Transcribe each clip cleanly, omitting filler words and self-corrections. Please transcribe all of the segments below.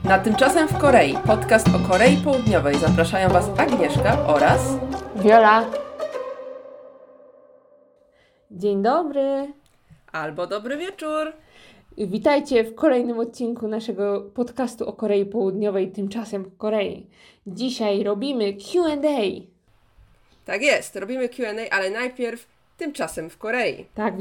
Na Tymczasem w Korei, podcast o Korei Południowej. Zapraszają Was Agnieszka oraz Wiola. Dzień dobry. Albo dobry wieczór. Witajcie w kolejnym odcinku naszego podcastu o Korei Południowej, Tymczasem w Korei. Dzisiaj robimy Q&A. Tak jest, robimy Q&A, ale najpierw Tymczasem w Korei. Tak,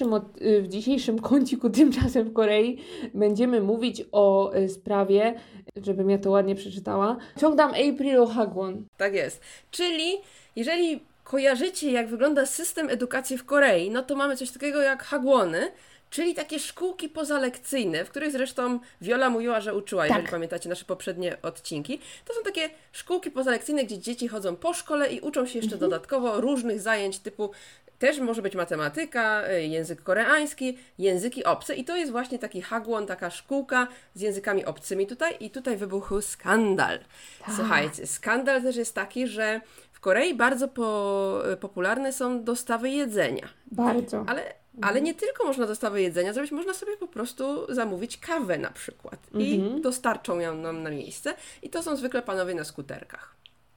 w dzisiejszym kąciku Tymczasem w Korei będziemy mówić o sprawie, żebym ja to ładnie przeczytała, Cheongdam April Hagwon. Tak jest, czyli jeżeli kojarzycie, jak wygląda system edukacji w Korei, no to mamy coś takiego jak hagwony, czyli takie szkółki pozalekcyjne, w których zresztą Wiola mówiła, że uczyła, jeżeli pamiętacie nasze poprzednie odcinki. To są takie szkółki pozalekcyjne, gdzie dzieci chodzą po szkole i uczą się jeszcze dodatkowo różnych zajęć typu też może być matematyka, język koreański, języki obce i to jest właśnie taki hagwon, taka szkółka z językami obcymi tutaj i tutaj wybuchł skandal. Słuchajcie, skandal też jest taki, że w Korei bardzo popularne są dostawy jedzenia. Bardzo. Ale nie tylko można dostawy jedzenia zrobić, można sobie po prostu zamówić kawę na przykład i dostarczą ją nam na miejsce i to są zwykle panowie na skuterkach.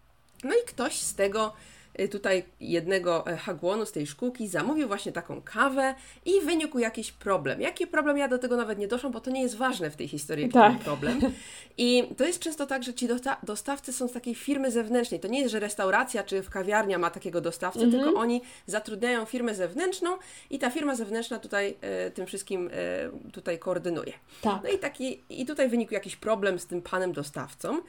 No i ktoś z tego tutaj jednego hagwonu z tej szkółki zamówił właśnie taką kawę i wynikł jakiś problem. Jaki problem? Ja do tego nawet nie doszłam, bo to nie jest ważne w tej historii, jaki był problem. I to jest często tak, że ci dostawcy są z takiej firmy zewnętrznej. To nie jest, że restauracja czy kawiarnia ma takiego dostawcę, tylko oni zatrudniają firmę zewnętrzną i ta firma zewnętrzna tutaj tym wszystkim tutaj koordynuje. Tak. No i tutaj wynikł jakiś problem z tym panem dostawcą.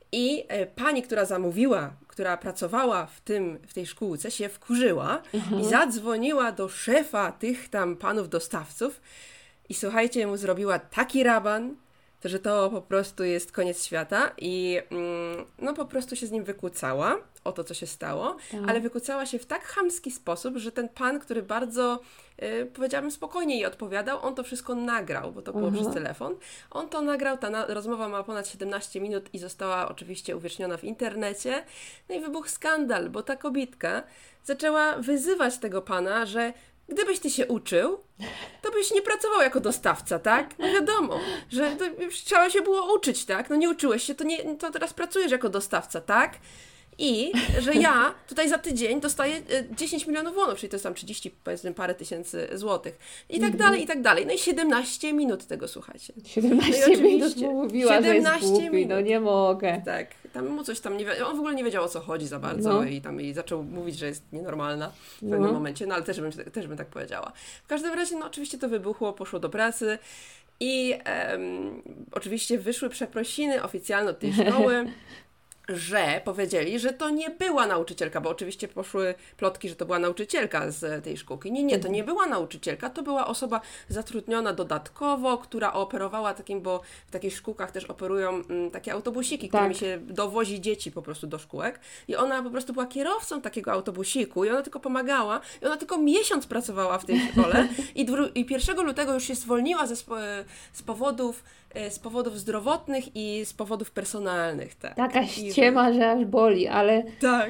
I pani, która zamówiła, która pracowała w tej szkółce, się wkurzyła i zadzwoniła do szefa tych tam panów dostawców i słuchajcie, mu zrobiła taki raban, że to po prostu jest koniec świata i no po prostu się z nim wykłócała o to, co się stało, ale wykłócała się w tak chamski sposób, że ten pan, który bardzo, powiedziałabym, spokojnie jej odpowiadał, on to wszystko nagrał, bo to było przez telefon. On to nagrał, ta rozmowa ma ponad 17 minut i została oczywiście uwieczniona w internecie. No i wybuchł skandal, bo ta kobitka zaczęła wyzywać tego pana, że gdybyś ty się uczył, to byś nie pracował jako dostawca, tak? No wiadomo, że to już trzeba się było uczyć, tak? No nie uczyłeś się, to teraz pracujesz jako dostawca, tak? I że ja tutaj za tydzień dostaję 10 milionów wonów, czyli to jest tam 30, powiedzmy, parę tysięcy złotych. I tak dalej, i tak dalej. No i 17 minut tego, słuchajcie. 17 minut mu mówiła, 17 że jest głupi, minut. No nie mogę. Tak, tam mu coś tam on w ogóle nie wiedział, o co chodzi za bardzo i tam jej zaczął mówić, że jest nienormalna w pewnym momencie, no ale też bym tak powiedziała. W każdym razie, no oczywiście to wybuchło, poszło do pracy i oczywiście wyszły przeprosiny oficjalne od tej szkoły, że powiedzieli, że to nie była nauczycielka, bo oczywiście poszły plotki, że to była nauczycielka z tej szkółki. Nie, to nie była nauczycielka, to była osoba zatrudniona dodatkowo, która operowała takim, bo w takich szkółkach też operują takie autobusiki, którymi się dowozi dzieci po prostu do szkółek. I ona po prostu była kierowcą takiego autobusiku i ona tylko pomagała i ona tylko miesiąc pracowała w tej szkole i 1 lutego już się zwolniła z powodów zdrowotnych i z powodów personalnych. Tak. Taka ściema, że aż boli, ale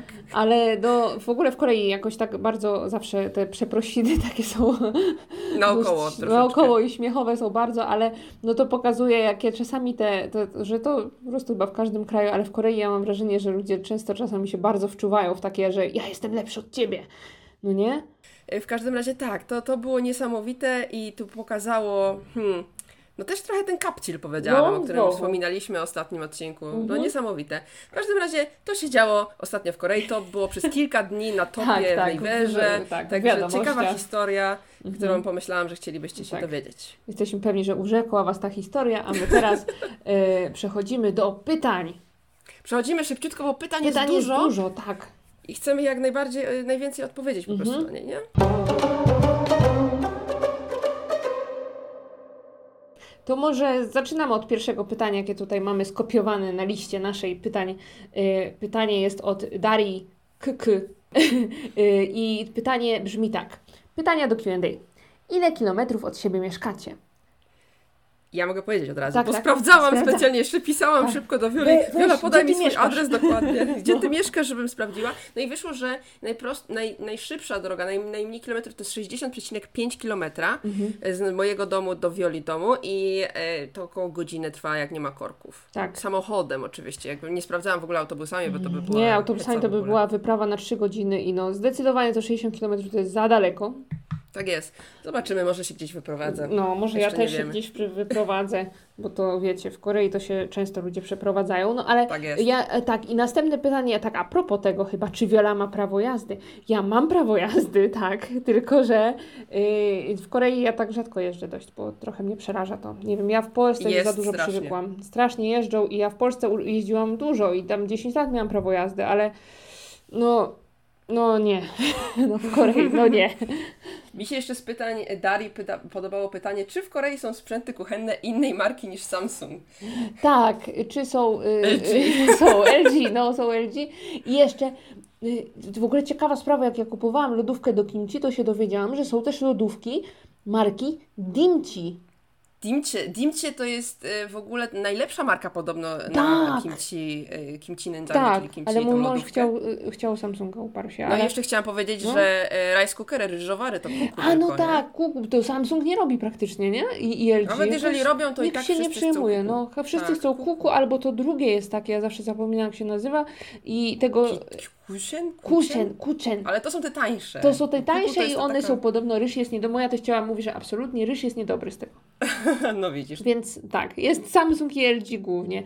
no, w ogóle w Korei jakoś tak bardzo zawsze te przeprosiny takie są naokoło i śmiechowe są bardzo, ale no to pokazuje, jakie czasami że to po prostu chyba w każdym kraju, ale w Korei ja mam wrażenie, że ludzie często czasami się bardzo wczuwają w takie, że ja jestem lepszy od ciebie, no nie? W każdym razie tak, to było niesamowite i tu pokazało no też trochę ten kapcil powiedziałam, o którym wspominaliśmy w ostatnim odcinku. No niesamowite. W każdym razie to się działo ostatnio w Korei. To było przez kilka dni na topie w Naverze. Także ciekawa historia, którą pomyślałam, że chcielibyście się dowiedzieć. Jesteśmy pewni, że urzekła Was ta historia, a my teraz przechodzimy do pytań. Przechodzimy szybciutko, bo pytań jest dużo. Tak. I chcemy jak najwięcej odpowiedzieć po prostu na nie, nie? To może zaczynamy od pierwszego pytania, jakie tutaj mamy skopiowane na liście naszej pytań. Pytanie jest od Darii KK. I pytanie brzmi tak. Pytania do Q&A. Ile kilometrów od siebie mieszkacie? Ja mogę powiedzieć od razu, bo sprawdzałam specjalnie, jeszcze pisałam szybko do Wioli. Wiola, podaj mi swój adres dokładnie. Gdzie ty mieszkasz, żebym sprawdziła. No i wyszło, że najszybsza droga, najmniej kilometrów to jest 60,5 kilometra z mojego domu do Wioli domu i to około godziny trwa, jak nie ma korków. Tak. Samochodem oczywiście. Jakby nie sprawdzałam w ogóle autobusami, bo to by była... Nie, autobusami to by była wyprawa na 3 godziny i no zdecydowanie to 60 kilometrów to jest za daleko. Tak jest. Zobaczymy, może się gdzieś wyprowadzę. No, może jeszcze ja też się gdzieś wyprowadzę, bo to wiecie, w Korei to się często ludzie przeprowadzają. No ale tak jest. I następne pytanie, tak a propos tego chyba, czy Wiola ma prawo jazdy? Ja mam prawo jazdy, tak, tylko że w Korei ja tak rzadko jeżdżę dość, bo trochę mnie przeraża to. Nie wiem, ja w Polsce już za dużo przywykłam. Strasznie jeżdżą i ja w Polsce jeździłam dużo i tam 10 lat miałam prawo jazdy, ale no nie. No w Korei, no nie. Mi się jeszcze z pytań Darii podobało pytanie, czy w Korei są sprzęty kuchenne innej marki niż Samsung? Tak, czy są LG? Są LG, no są LG. I jeszcze w ogóle ciekawa sprawa, jak ja kupowałam lodówkę do kimchi, to się dowiedziałam, że są też lodówki marki Dimchi. Dimchi to jest w ogóle najlepsza marka podobno na kimchi nędzane, czyli kimchi, ale mój mąż chciał Samsunga, uparł się. No i jeszcze chciałam powiedzieć, że rice cookery, ryżowary to kuku. A no tylko, tak, kuku, to Samsung nie robi praktycznie, nie? I LG. Nawet jeżeli robią, to i tak się nie przejmuje. No, wszyscy chcą kuku, albo to drugie jest takie, ja zawsze zapominam, jak się nazywa i tego... Kuchen. Ale to są te tańsze. To są te tańsze i one są podobno, ryż jest niedobry. Moja teściowa mówi, że absolutnie ryż jest niedobry z tego. No widzisz. Więc tak, jest Samsung i LG głównie.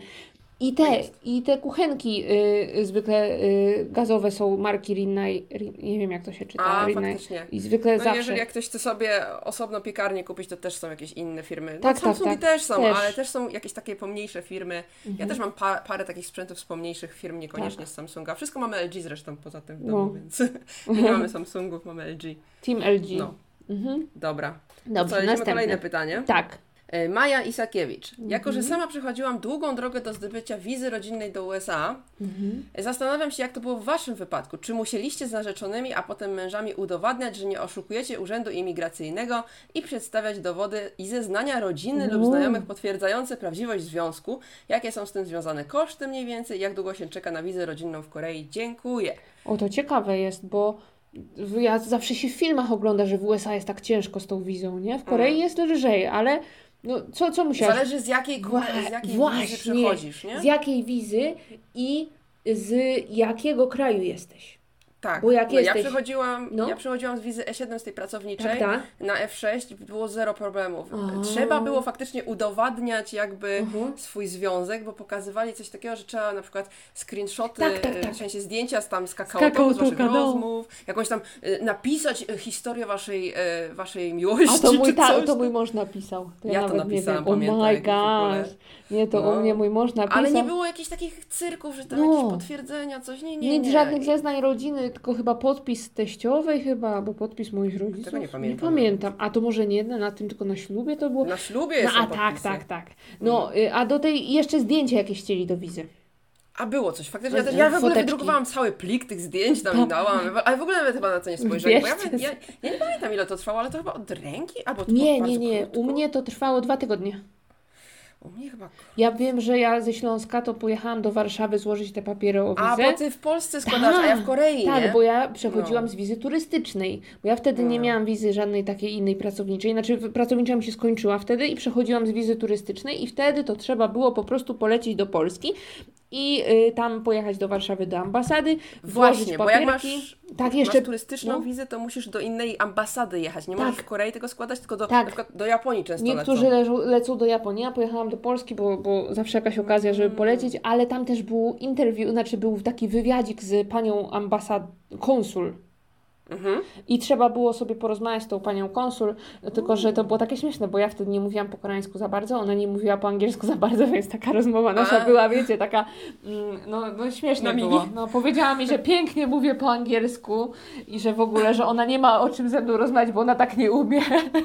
I te kuchenki zwykle gazowe są marki Rinnai, nie wiem jak to się czyta. Rinnai. Faktycznie. I zwykle zawsze. Jeżeli jak ktoś chce sobie osobno piekarnię kupić, to też są jakieś inne firmy. No, Samsungi też są, ale też są jakieś takie pomniejsze firmy. Ja też mam parę takich sprzętów z pomniejszych firm, niekoniecznie z Samsunga. Wszystko mamy LG zresztą poza tym w domu, więc nie mamy Samsungów, mamy LG. Team LG. No. Dobra. Dobrze, co, lecimy kolejne pytanie. Tak. Maja Isakiewicz. Jako, że sama przechodziłam długą drogę do zdobycia wizy rodzinnej do USA, zastanawiam się, jak to było w Waszym wypadku. Czy musieliście z narzeczonymi, a potem mężami udowadniać, że nie oszukujecie Urzędu Imigracyjnego i przedstawiać dowody i zeznania rodziny lub znajomych potwierdzające prawdziwość związku? Jakie są z tym związane koszty mniej więcej? Jak długo się czeka na wizę rodzinną w Korei? Dziękuję. O, to ciekawe jest, bo ja zawsze się w filmach ogląda, że w USA jest tak ciężko z tą wizą, nie? W Korei jest lżej, ale no, co musiałeś? Zależy z jakiej wizy przechodzisz, nie? Z jakiej wizy i z jakiego kraju jesteś. Tak, bo jak ja przechodziłam z wizy E7 z tej pracowniczej na F6, było 0 problemów. Trzeba było faktycznie udowadniać jakby swój związek, bo pokazywali coś takiego, że trzeba na przykład screenshoty, w sensie zdjęcia z kakao z waszych rozmów, jakąś tam napisać historię waszej miłości. To mój mąż napisał. Ja to napisałam, pamiętam. Oh my gosh. Nie, to u mnie mój mąż napisał. Ale nie było jakichś takich cyrków, że tam jakieś potwierdzenia, coś, nie. Nic, żadnych zeznań rodziny, tylko chyba podpis teściowej albo podpis moich rodziców. Tego nie pamiętam. Nie pamiętam. A to może nie na tym, tylko na ślubie to było? Na ślubie są podpisy. Tak. No, a do tej jeszcze zdjęcia jakieś chcieli do wizy. A było coś, faktycznie. Ja w ogóle wydrukowałam cały plik tych zdjęć tam i dałam, ale w ogóle nawet chyba na to nie spojrzałam. Ja nie pamiętam, ile to trwało, ale to chyba od ręki? Albo to nie. U mnie to trwało 2 tygodnie. U mnie chyba... Ja wiem, że ja ze Śląska to pojechałam do Warszawy złożyć te papiery o wizę. A, bo ty w Polsce składasz, a ja w Korei, tak, nie? Bo ja przechodziłam z wizy turystycznej. Bo ja wtedy nie miałam wizy żadnej takiej innej pracowniczej. Znaczy pracownicza mi się skończyła wtedy i przechodziłam z wizy turystycznej i wtedy to trzeba było po prostu polecieć do Polski i tam pojechać do Warszawy do ambasady, włożyć papierki. Bo jak masz turystyczną wizę, to musisz do innej ambasady jechać. Nie możesz w Korei tego składać, tylko na przykład do Japonii często Niektórzy lecą do Japonii, ja pojechałam do Polski, bo zawsze jakaś okazja, żeby polecieć, ale tam też był był taki wywiadzik z panią konsul. I trzeba było sobie porozmawiać z tą panią konsul, tylko że to było takie śmieszne, bo ja wtedy nie mówiłam po koreańsku za bardzo, ona nie mówiła po angielsku za bardzo, więc taka rozmowa nasza była, wiecie, taka no śmieszna było. No, powiedziała mi, że pięknie mówię po angielsku i że w ogóle, że ona nie ma o czym ze mną rozmawiać, bo ona tak nie umie.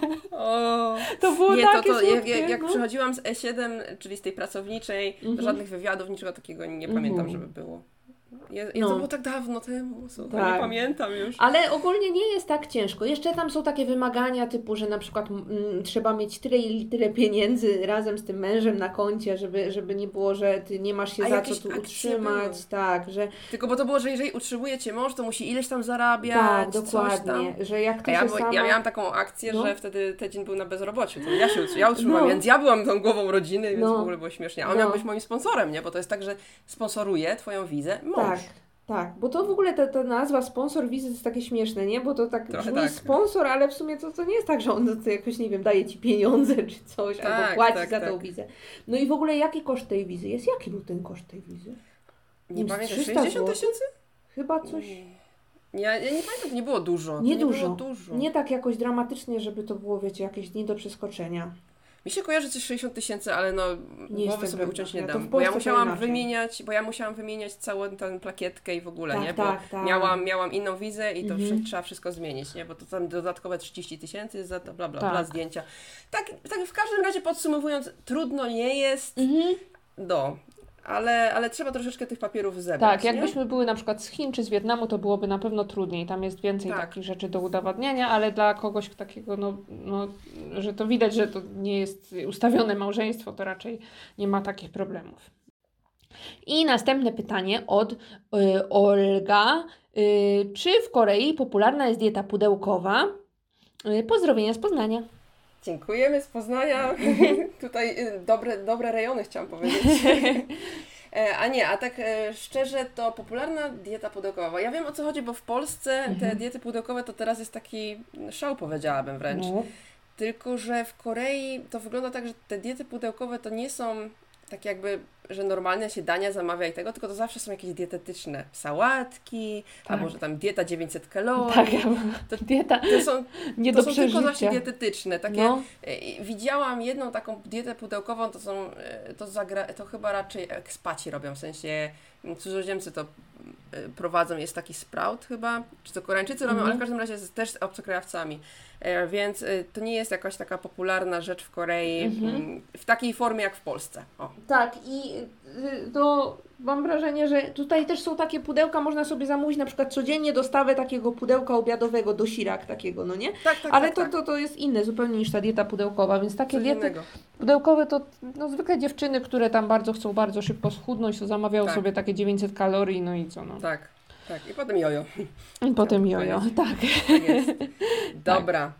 To było takie słodkie, jak przychodziłam z E7, czyli z tej pracowniczej, żadnych wywiadów, niczego takiego nie pamiętam, żeby było. To było tak dawno temu, nie pamiętam już. Ale ogólnie nie jest tak ciężko. Jeszcze tam są takie wymagania typu, że na przykład trzeba mieć tyle pieniędzy razem z tym mężem na koncie, żeby nie było, że ty nie masz się za co tu utrzymać. Tak, że... Tylko bo to było, że jeżeli utrzymuje cię mąż, to musi ileś tam zarabiać. Tak, dokładnie. Że jak ty ja miałam taką akcję, że wtedy tydzień był na bezrobociu. To ja utrzymałam, więc ja byłam tą głową rodziny, więc w ogóle było śmiesznie. A on miał być moim sponsorem, nie? Bo to jest tak, że sponsoruje twoją wizę mąż. Tak, bo to w ogóle ta nazwa sponsor wizy to jest takie śmieszne, nie? Bo to tak brzmi sponsor, ale w sumie to nie jest tak, że on to jakoś, nie wiem, daje ci pieniądze czy coś, albo płaci za tą wizę. No i w ogóle jaki koszt tej wizy jest? Jaki był ten koszt tej wizy? Nie pamiętam, 60 000? Chyba coś... Ja nie pamiętam, to nie było dużo. Nie dużo. Nie tak jakoś dramatycznie, żeby to było, wiecie, jakieś nie do przeskoczenia. Mi się kojarzy coś 60 000, ale głowy sobie uciąć nie dam. Bo ja musiałam wymieniać całą tę plakietkę i w każdym nie? Bo miałam inną wizę i to trzeba wszystko zmienić, nie? Bo to tam dodatkowe 30 000 za to bla zdjęcia. Tak w każdym razie podsumowując, trudno nie jest. Ale trzeba troszeczkę tych papierów zebrać. Tak, jakbyśmy były na przykład z Chin czy z Wietnamu, to byłoby na pewno trudniej. Tam jest więcej takich rzeczy do udowadniania, ale dla kogoś takiego, że to widać, że to nie jest ustawione małżeństwo, to raczej nie ma takich problemów. I następne pytanie od Olga. Czy w Korei popularna jest dieta pudełkowa? Pozdrowienia z Poznania. Dziękujemy z Poznania. Tutaj dobre rejony chciałam powiedzieć. A tak szczerze to popularna dieta pudełkowa. Ja wiem o co chodzi, bo w Polsce te diety pudełkowe to teraz jest taki szał, powiedziałabym wręcz. Tylko że w Korei to wygląda tak, że te diety pudełkowe to nie są tak jakby, że normalnie się dania zamawia i tego, tylko to zawsze są jakieś dietetyczne sałatki, albo że tam dieta 900 kalorii. Tak, dieta nie do przeżycia. Tylko właśnie dietetyczne. Takie, widziałam jedną taką dietę pudełkową, to chyba raczej ekspaci robią, w sensie cudzoziemcy to prowadzą, jest taki Sprout chyba, czy to Koreańczycy robią, ale w każdym razie też z obcokrajowcami. Więc to nie jest jakaś taka popularna rzecz w Korei w takiej formie jak w Polsce. Tak i to mam wrażenie, że tutaj też są takie pudełka, można sobie zamówić na przykład codziennie dostawę takiego pudełka obiadowego do sirak takiego, no nie? Tak, ale to jest inne zupełnie niż ta dieta pudełkowa, więc takie diety pudełkowe to zwykle dziewczyny, które tam chcą bardzo szybko schudnąć, to zamawiają sobie takie 900 kalorii, no i co no. Tak. I potem jojo. Tak jest. Dobra.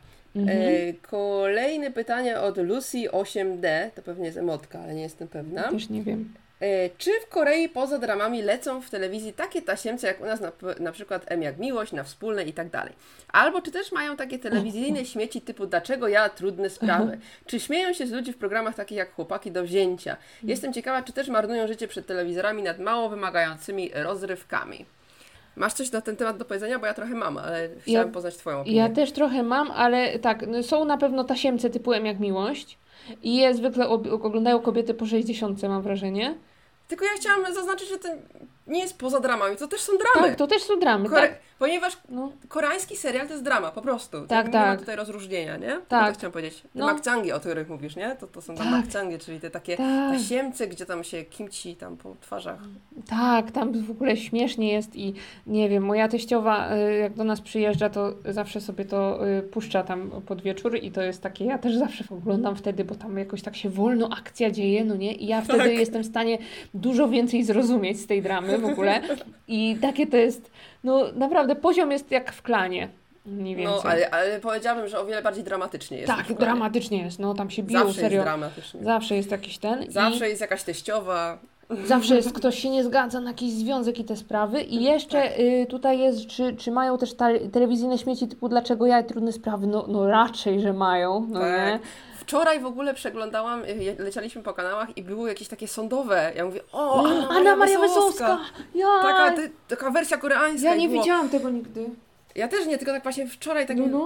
Kolejne pytanie od Lucy8D, to pewnie jest emotka, ale nie jestem pewna. Też nie wiem. Czy w Korei poza dramami lecą w telewizji takie tasiemce jak u nas na przykład M jak miłość, na wspólne i tak dalej? Albo czy też mają takie telewizyjne śmieci typu dlaczego ja, trudne sprawy? Czy śmieją się z ludzi w programach takich jak Chłopaki do wzięcia? Jestem ciekawa, czy też marnują życie przed telewizorami nad mało wymagającymi rozrywkami. Masz coś na ten temat do powiedzenia? Bo ja trochę mam, ale chciałam poznać Twoją opinię. Ja też trochę mam, ale tak, są na pewno tasiemce typu M jak miłość i je zwykle oglądają kobiety po 60, mam wrażenie. Tylko ja chciałam zaznaczyć, że to nie jest poza dramami, to też są dramy. Tak, to też są dramy, tak. Ponieważ koreański serial to jest drama, po prostu. Tak. Nie ma tutaj rozróżnienia, nie? Tak. To chciałam powiedzieć. Te makjangi, o których mówisz, nie? To są tam makjangi, czyli te takie tasiemce, gdzie tam się kimchi tam po twarzach. Tak, tam w ogóle śmiesznie jest i nie wiem, moja teściowa jak do nas przyjeżdża, to zawsze sobie to puszcza tam pod wieczór i to jest takie, ja też zawsze oglądam wtedy, bo tam jakoś tak się wolno akcja dzieje, no nie? I ja wtedy jestem w stanie dużo więcej zrozumieć z tej dramy w ogóle i takie to jest, no naprawdę poziom jest jak w Klanie. Mniej więcej. No, ale powiedziałabym, że o wiele bardziej dramatycznie jest. Tak, dramatycznie jest, no tam się biją zawsze serio. Jest dramatycznie. Zawsze jest jakiś Zawsze jest jakaś teściowa. Zawsze jest ktoś się nie zgadza na jakiś związek i te sprawy. I jeszcze tutaj jest, czy mają też telewizyjne śmieci typu dlaczego ja i trudne sprawy? No raczej, że mają, no nie? Wczoraj w ogóle przeglądałam, lecialiśmy po kanałach i były jakieś takie sądowe. Ja mówię, Anna Maria Wesołowska! Taka wersja koreańska. Ja nie widziałam tego nigdy. Ja też nie, tylko tak właśnie wczoraj tak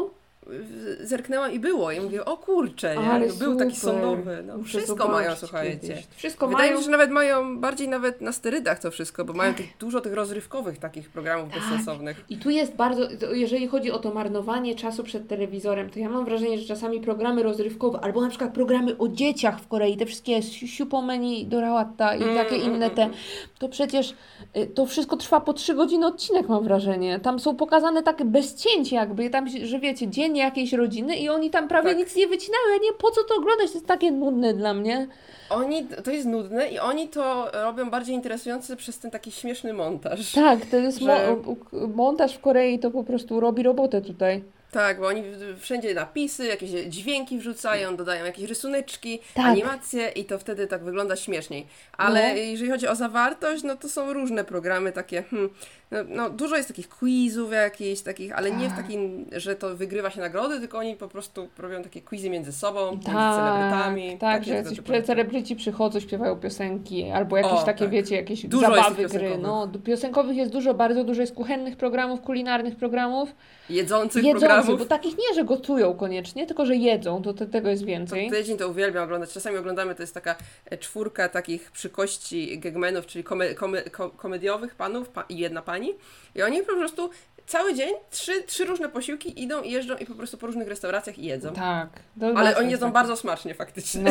zerknęłam i było. I mówię, o kurczę, nie? Był super. Taki sądowy. No, wszystko mają, słuchajcie. Wszystko Wydaje mają. mi się, że nawet mają bardziej nawet na sterydach to wszystko, bo mają dużo tych rozrywkowych takich programów bezsensownych. I tu jest bardzo, jeżeli chodzi o to marnowanie czasu przed telewizorem, to ja mam wrażenie, że czasami programy rozrywkowe, albo na przykład programy o dzieciach w Korei, te wszystkie Siupomeni, Dorawatta i takie inne to przecież to wszystko trwa po 3 godziny odcinek, mam wrażenie. Tam są pokazane takie bez cięć jakby, tam, że wiecie, dzień jakiejś rodziny i oni tam prawie nic nie wycinają. Ja nie, po co to oglądać? To jest takie nudne dla mnie. To jest nudne i oni to robią bardziej interesujące przez ten taki śmieszny montaż. Tak, to jest montaż w Korei, to po prostu robi robotę tutaj. Tak, bo oni wszędzie napisy, jakieś dźwięki wrzucają, dodają jakieś rysuneczki, animacje i to wtedy tak wygląda śmieszniej. Ale jeżeli chodzi o zawartość, no to są różne programy takie, dużo jest takich quizów jakichś takich, ale nie w takim, że to wygrywa się nagrody, tylko oni po prostu robią takie quizy między sobą, między celebrytami. Tak, że celebryci przychodzą, śpiewają piosenki, albo jakieś takie, wiecie, jakieś dużo zabawy, gry. No, piosenkowych jest dużo, bardzo dużo jest kuchennych programów, kulinarnych programów. Jedzących programów. Bo takich nie, że gotują koniecznie, tylko że jedzą, to tego jest więcej. Tydzień to uwielbiam oglądać. Czasami oglądamy, to jest taka 4 takich przykości gagmenów, czyli komediowych panów i jedna pani. I oni po prostu cały dzień 3 różne posiłki idą i jeżdżą i po prostu po różnych restauracjach i jedzą. Tak. Ale oni jedzą bardzo smacznie faktycznie.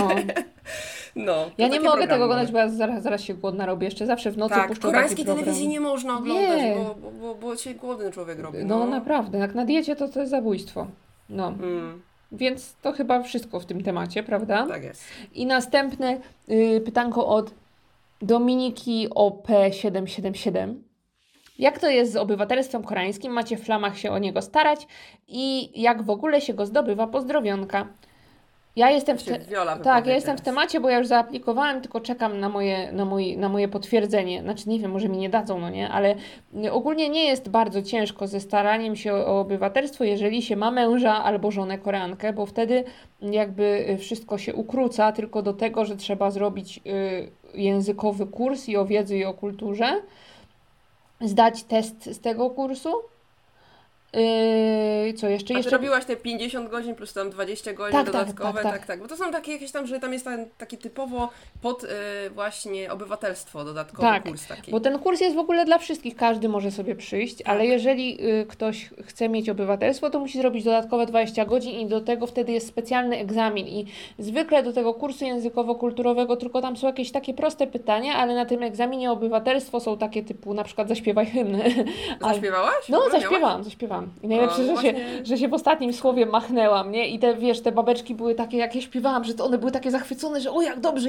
Ja nie mogę tego oglądać, bo ja zaraz się głodna robię. Jeszcze zawsze w nocy puszczą koreańskiej telewizji nie można oglądać, bo się głodny człowiek robi. No naprawdę, jak na diecie to jest zabójstwo. Więc to chyba wszystko w tym temacie, prawda? Tak jest. I następne pytanko od Dominiki OP777. Jak to jest z obywatelstwem koreańskim? Macie w Flamach się o niego starać? I jak w ogóle się go zdobywa? Pozdrowionka. Ja jestem w temacie, bo ja już zaaplikowałam, tylko czekam na moje potwierdzenie. Znaczy nie wiem, może mi nie dadzą, no nie, ale ogólnie nie jest bardzo ciężko ze staraniem się o obywatelstwo, jeżeli się ma męża albo żonę Koreankę, bo wtedy jakby wszystko się ukróca tylko do tego, że trzeba zrobić językowy kurs i o wiedzy i o kulturze, zdać test z tego kursu. Co jeszcze? A ty robiłaś te 50 godzin plus tam 20 godzin dodatkowe, tak. Bo to są takie jakieś tam, że tam jest taki typowo pod właśnie obywatelstwo dodatkowy kurs taki. Bo ten kurs jest w ogóle dla wszystkich, każdy może sobie przyjść, ale jeżeli ktoś chce mieć obywatelstwo, to musi zrobić dodatkowe 20 godzin i do tego wtedy jest specjalny egzamin i zwykle do tego kursu językowo-kulturowego tylko tam są jakieś takie proste pytania, ale na tym egzaminie obywatelstwo są takie typu na przykład zaśpiewaj hymn. Zaśpiewałaś? No, zaśpiewałam. I najlepsze, że się w ostatnim słowie machnęłam, nie? I te babeczki były takie, jak ja śpiewałam, że to one były takie zachwycone, że o jak dobrze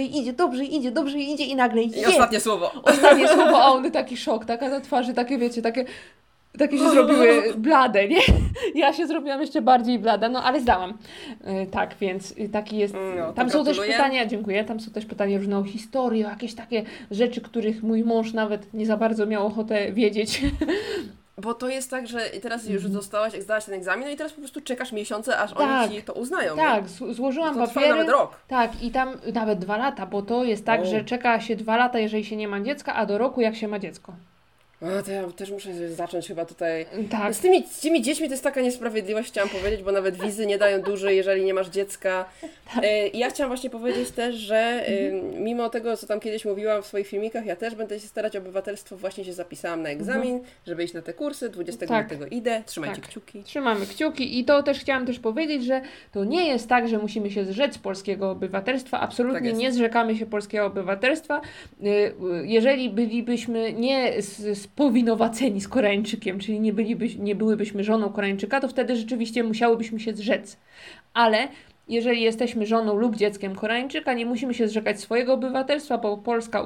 idzie i nagle I ostatnie słowo, a one taki szok, taka na twarzy, takie wiecie, takie się zrobiły blade, nie? Ja się zrobiłam jeszcze bardziej blada, ale zdałam. Tak, więc taki jest. Tam są też pytania, dziękuję, tam są też pytania różne o historię, o jakieś takie rzeczy, których mój mąż nawet nie za bardzo miał ochotę wiedzieć. Bo to jest tak, że teraz już zdałaś ten egzamin, no i teraz po prostu czekasz miesiące, aż oni ci to uznają. Tak, złożyłam papiery. Trwa nawet rok. Tak, i tam nawet 2 lata, bo to jest tak, że czeka się 2 lata, jeżeli się nie ma dziecka, a do roku, jak się ma dziecko. To ja też muszę zacząć chyba tutaj. Tak. Z tymi dziećmi to jest taka niesprawiedliwość, chciałam powiedzieć, bo nawet wizy nie dają dłużej, jeżeli nie masz dziecka. Tak. Ja chciałam właśnie powiedzieć też, że mimo tego, co tam kiedyś mówiłam w swoich filmikach, ja też będę się starać o obywatelstwo. Właśnie się zapisałam na egzamin, żeby iść na te kursy. 25 idę. Trzymajcie kciuki. Trzymamy kciuki i to też chciałam powiedzieć, że to nie jest tak, że musimy się zrzec polskiego obywatelstwa. Absolutnie nie zrzekamy się polskiego obywatelstwa. Jeżeli bylibyśmy nie spowinowaceni z Koreańczykiem, czyli nie byłybyśmy żoną Koreańczyka, to wtedy rzeczywiście musiałybyśmy się zrzec. Ale jeżeli jesteśmy żoną lub dzieckiem Koreańczyka, nie musimy się zrzekać swojego obywatelstwa, bo Polska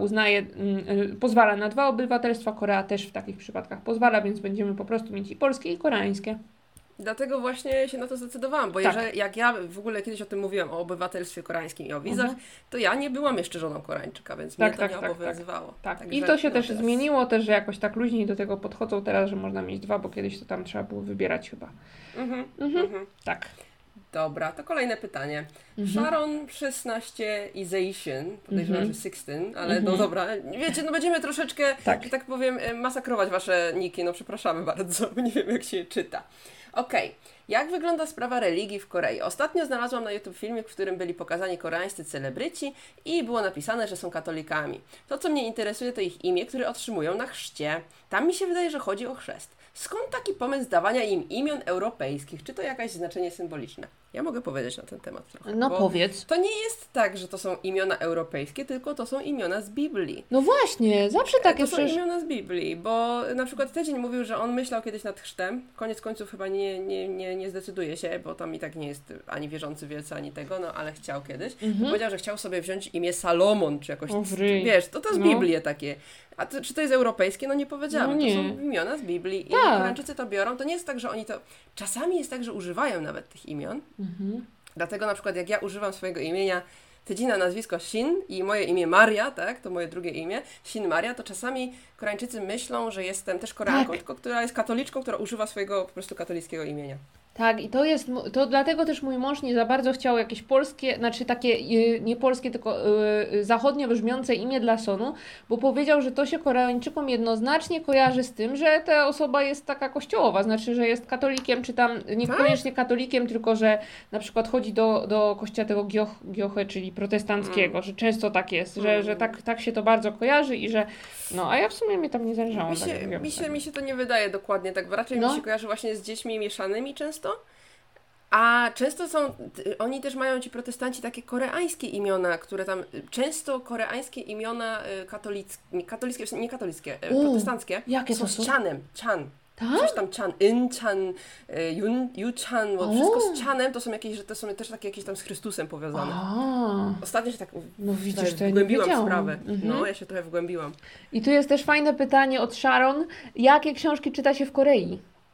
pozwala na 2 obywatelstwa, Korea też w takich przypadkach pozwala, więc będziemy po prostu mieć i polskie, i koreańskie. Dlatego właśnie się na to zdecydowałam, bo jak ja w ogóle kiedyś o tym mówiłam, o obywatelstwie koreańskim i o wizach, to ja nie byłam jeszcze żoną Koreańczyka, więc mnie to nie obowiązywało. Tak. I to się też zmieniło, też, że jakoś tak luźniej do tego podchodzą teraz, że można mieć 2, bo kiedyś to tam trzeba było wybierać chyba. Tak. Dobra, to kolejne pytanie. Sharon 16 i Zayshin, podejrzewam, że 16, ale no dobra, wiecie, będziemy troszeczkę, że tak powiem, masakrować wasze niki, przepraszamy bardzo, bo nie wiem jak się czyta. Okej. Jak wygląda sprawa religii w Korei? Ostatnio znalazłam na YouTube filmik, w którym byli pokazani koreańscy celebryci i było napisane, że są katolikami. To, co mnie interesuje, to ich imię, które otrzymują na chrzcie. Tam mi się wydaje, że chodzi o chrzest. Skąd taki pomysł dawania im imion europejskich? Czy to jakieś znaczenie symboliczne? Ja mogę powiedzieć na ten temat trochę. No powiedz. To nie jest tak, że to są imiona europejskie, tylko to są imiona z Biblii. No właśnie, zawsze takie To są imiona z Biblii, bo na przykład Tydzień mówił, że on myślał kiedyś nad chrztem. Koniec końców chyba nie zdecyduje się, bo tam i tak nie jest ani wierzący wielce, ani tego, no ale chciał kiedyś. Powiedział, że chciał sobie wziąć imię Salomon, czy jakoś, wiesz, to z Biblii takie. A czy to jest europejskie? No nie powiedziałem. No nie. To są imiona z Biblii i Koreańczycy to biorą. To nie jest tak, że oni to... Czasami jest tak, że używają nawet tych imion. Dlatego na przykład jak ja używam swojego imienia Tydzień na nazwisko Shin i moje imię Maria, tak, to moje drugie imię, Shin Maria, to czasami Koreańczycy myślą, że jestem też Koreanką, tylko która jest katoliczką, która używa swojego po prostu katolickiego imienia. Tak, i to dlatego też mój mąż nie za bardzo chciał jakieś polskie, znaczy takie nie polskie, tylko zachodnio brzmiące imię dla Sonu, bo powiedział, że to się Koreańczykom jednoznacznie kojarzy z tym, że ta osoba jest taka kościołowa, znaczy, że jest katolikiem, czy tam niekoniecznie katolikiem, tylko że na przykład chodzi do kościoła tego Gioche, czyli protestanckiego, że często tak jest, że tak się to bardzo kojarzy i że no, a ja w sumie mnie tam nie zależało. Mi się to nie wydaje dokładnie tak, bo raczej mi się kojarzy właśnie z dziećmi mieszanymi często. A często oni też mają ci protestanci takie koreańskie imiona, które tam, często koreańskie imiona protestanckie, jakie są z Chanem, Chan. Tak? Coś tam Chan, In-chan, Yu-chan, bo wszystko z Chanem to są jakieś, że to są też takie jakieś tam z Chrystusem powiązane. Ostatnio się tak wgłębiłam w sprawę. No, ja się trochę wgłębiłam. I tu jest też fajne pytanie od Sharon. Jakie książki czyta się w Korei?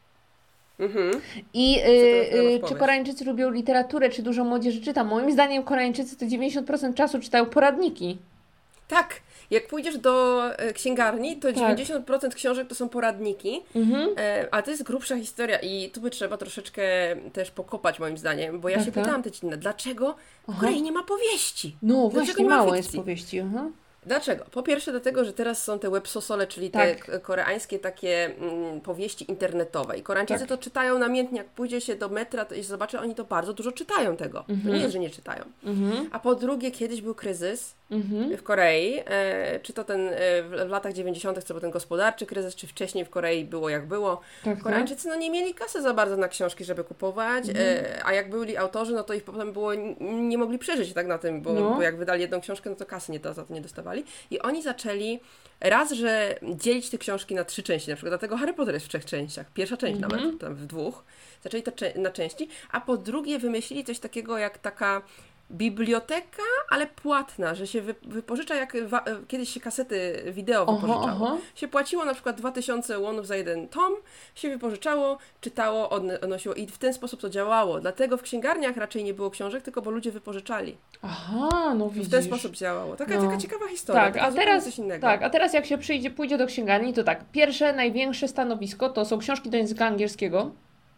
I czy Koreańczycy lubią literaturę, czy dużo młodzieży czyta? Moim zdaniem Koreańczycy to 90% czasu czytają poradniki. Tak, jak pójdziesz do księgarni, to 90% książek to są poradniki, ale to jest grubsza historia i tu by trzeba troszeczkę też pokopać moim zdaniem, bo ja się pytałam dlaczego w Korei nie ma powieści? No właśnie, mało jest powieści. Dlaczego? Po pierwsze dlatego, że teraz są te websosole, czyli te koreańskie takie powieści internetowe i Koreańczycy to czytają namiętnie, jak pójdzie się do metra to i zobaczy, oni to bardzo dużo czytają tego. To nie jest, że nie czytają. A po drugie, kiedyś był kryzys w Korei, czy to ten w latach 90., co był ten gospodarczy kryzys, czy wcześniej w Korei było jak było. Koreańczycy nie mieli kasy za bardzo na książki, żeby kupować, a jak byli autorzy, no to ich potem było, nie mogli przeżyć tak na tym, bo jak wydali jedną książkę, no to kasy za to nie dostawali. I oni zaczęli raz, że dzielić te książki na 3 części, na przykład dlatego Harry Potter jest w 3 częściach, pierwsza część nawet, tam w 2, zaczęli to na części, a po drugie wymyślili coś takiego jak taka biblioteka, ale płatna, że się wypożycza, jak kiedyś się kasety wideo wypożyczało. Się płaciło na przykład 2000 wonów za jeden tom, się wypożyczało, czytało, odnosiło i w ten sposób to działało. Dlatego w księgarniach raczej nie było książek, tylko bo ludzie wypożyczali. No widzisz. W ten sposób działało. Taka ciekawa historia. Tak, a teraz jak się pójdzie do księgarni, to tak, pierwsze, największe stanowisko to są książki do języka angielskiego.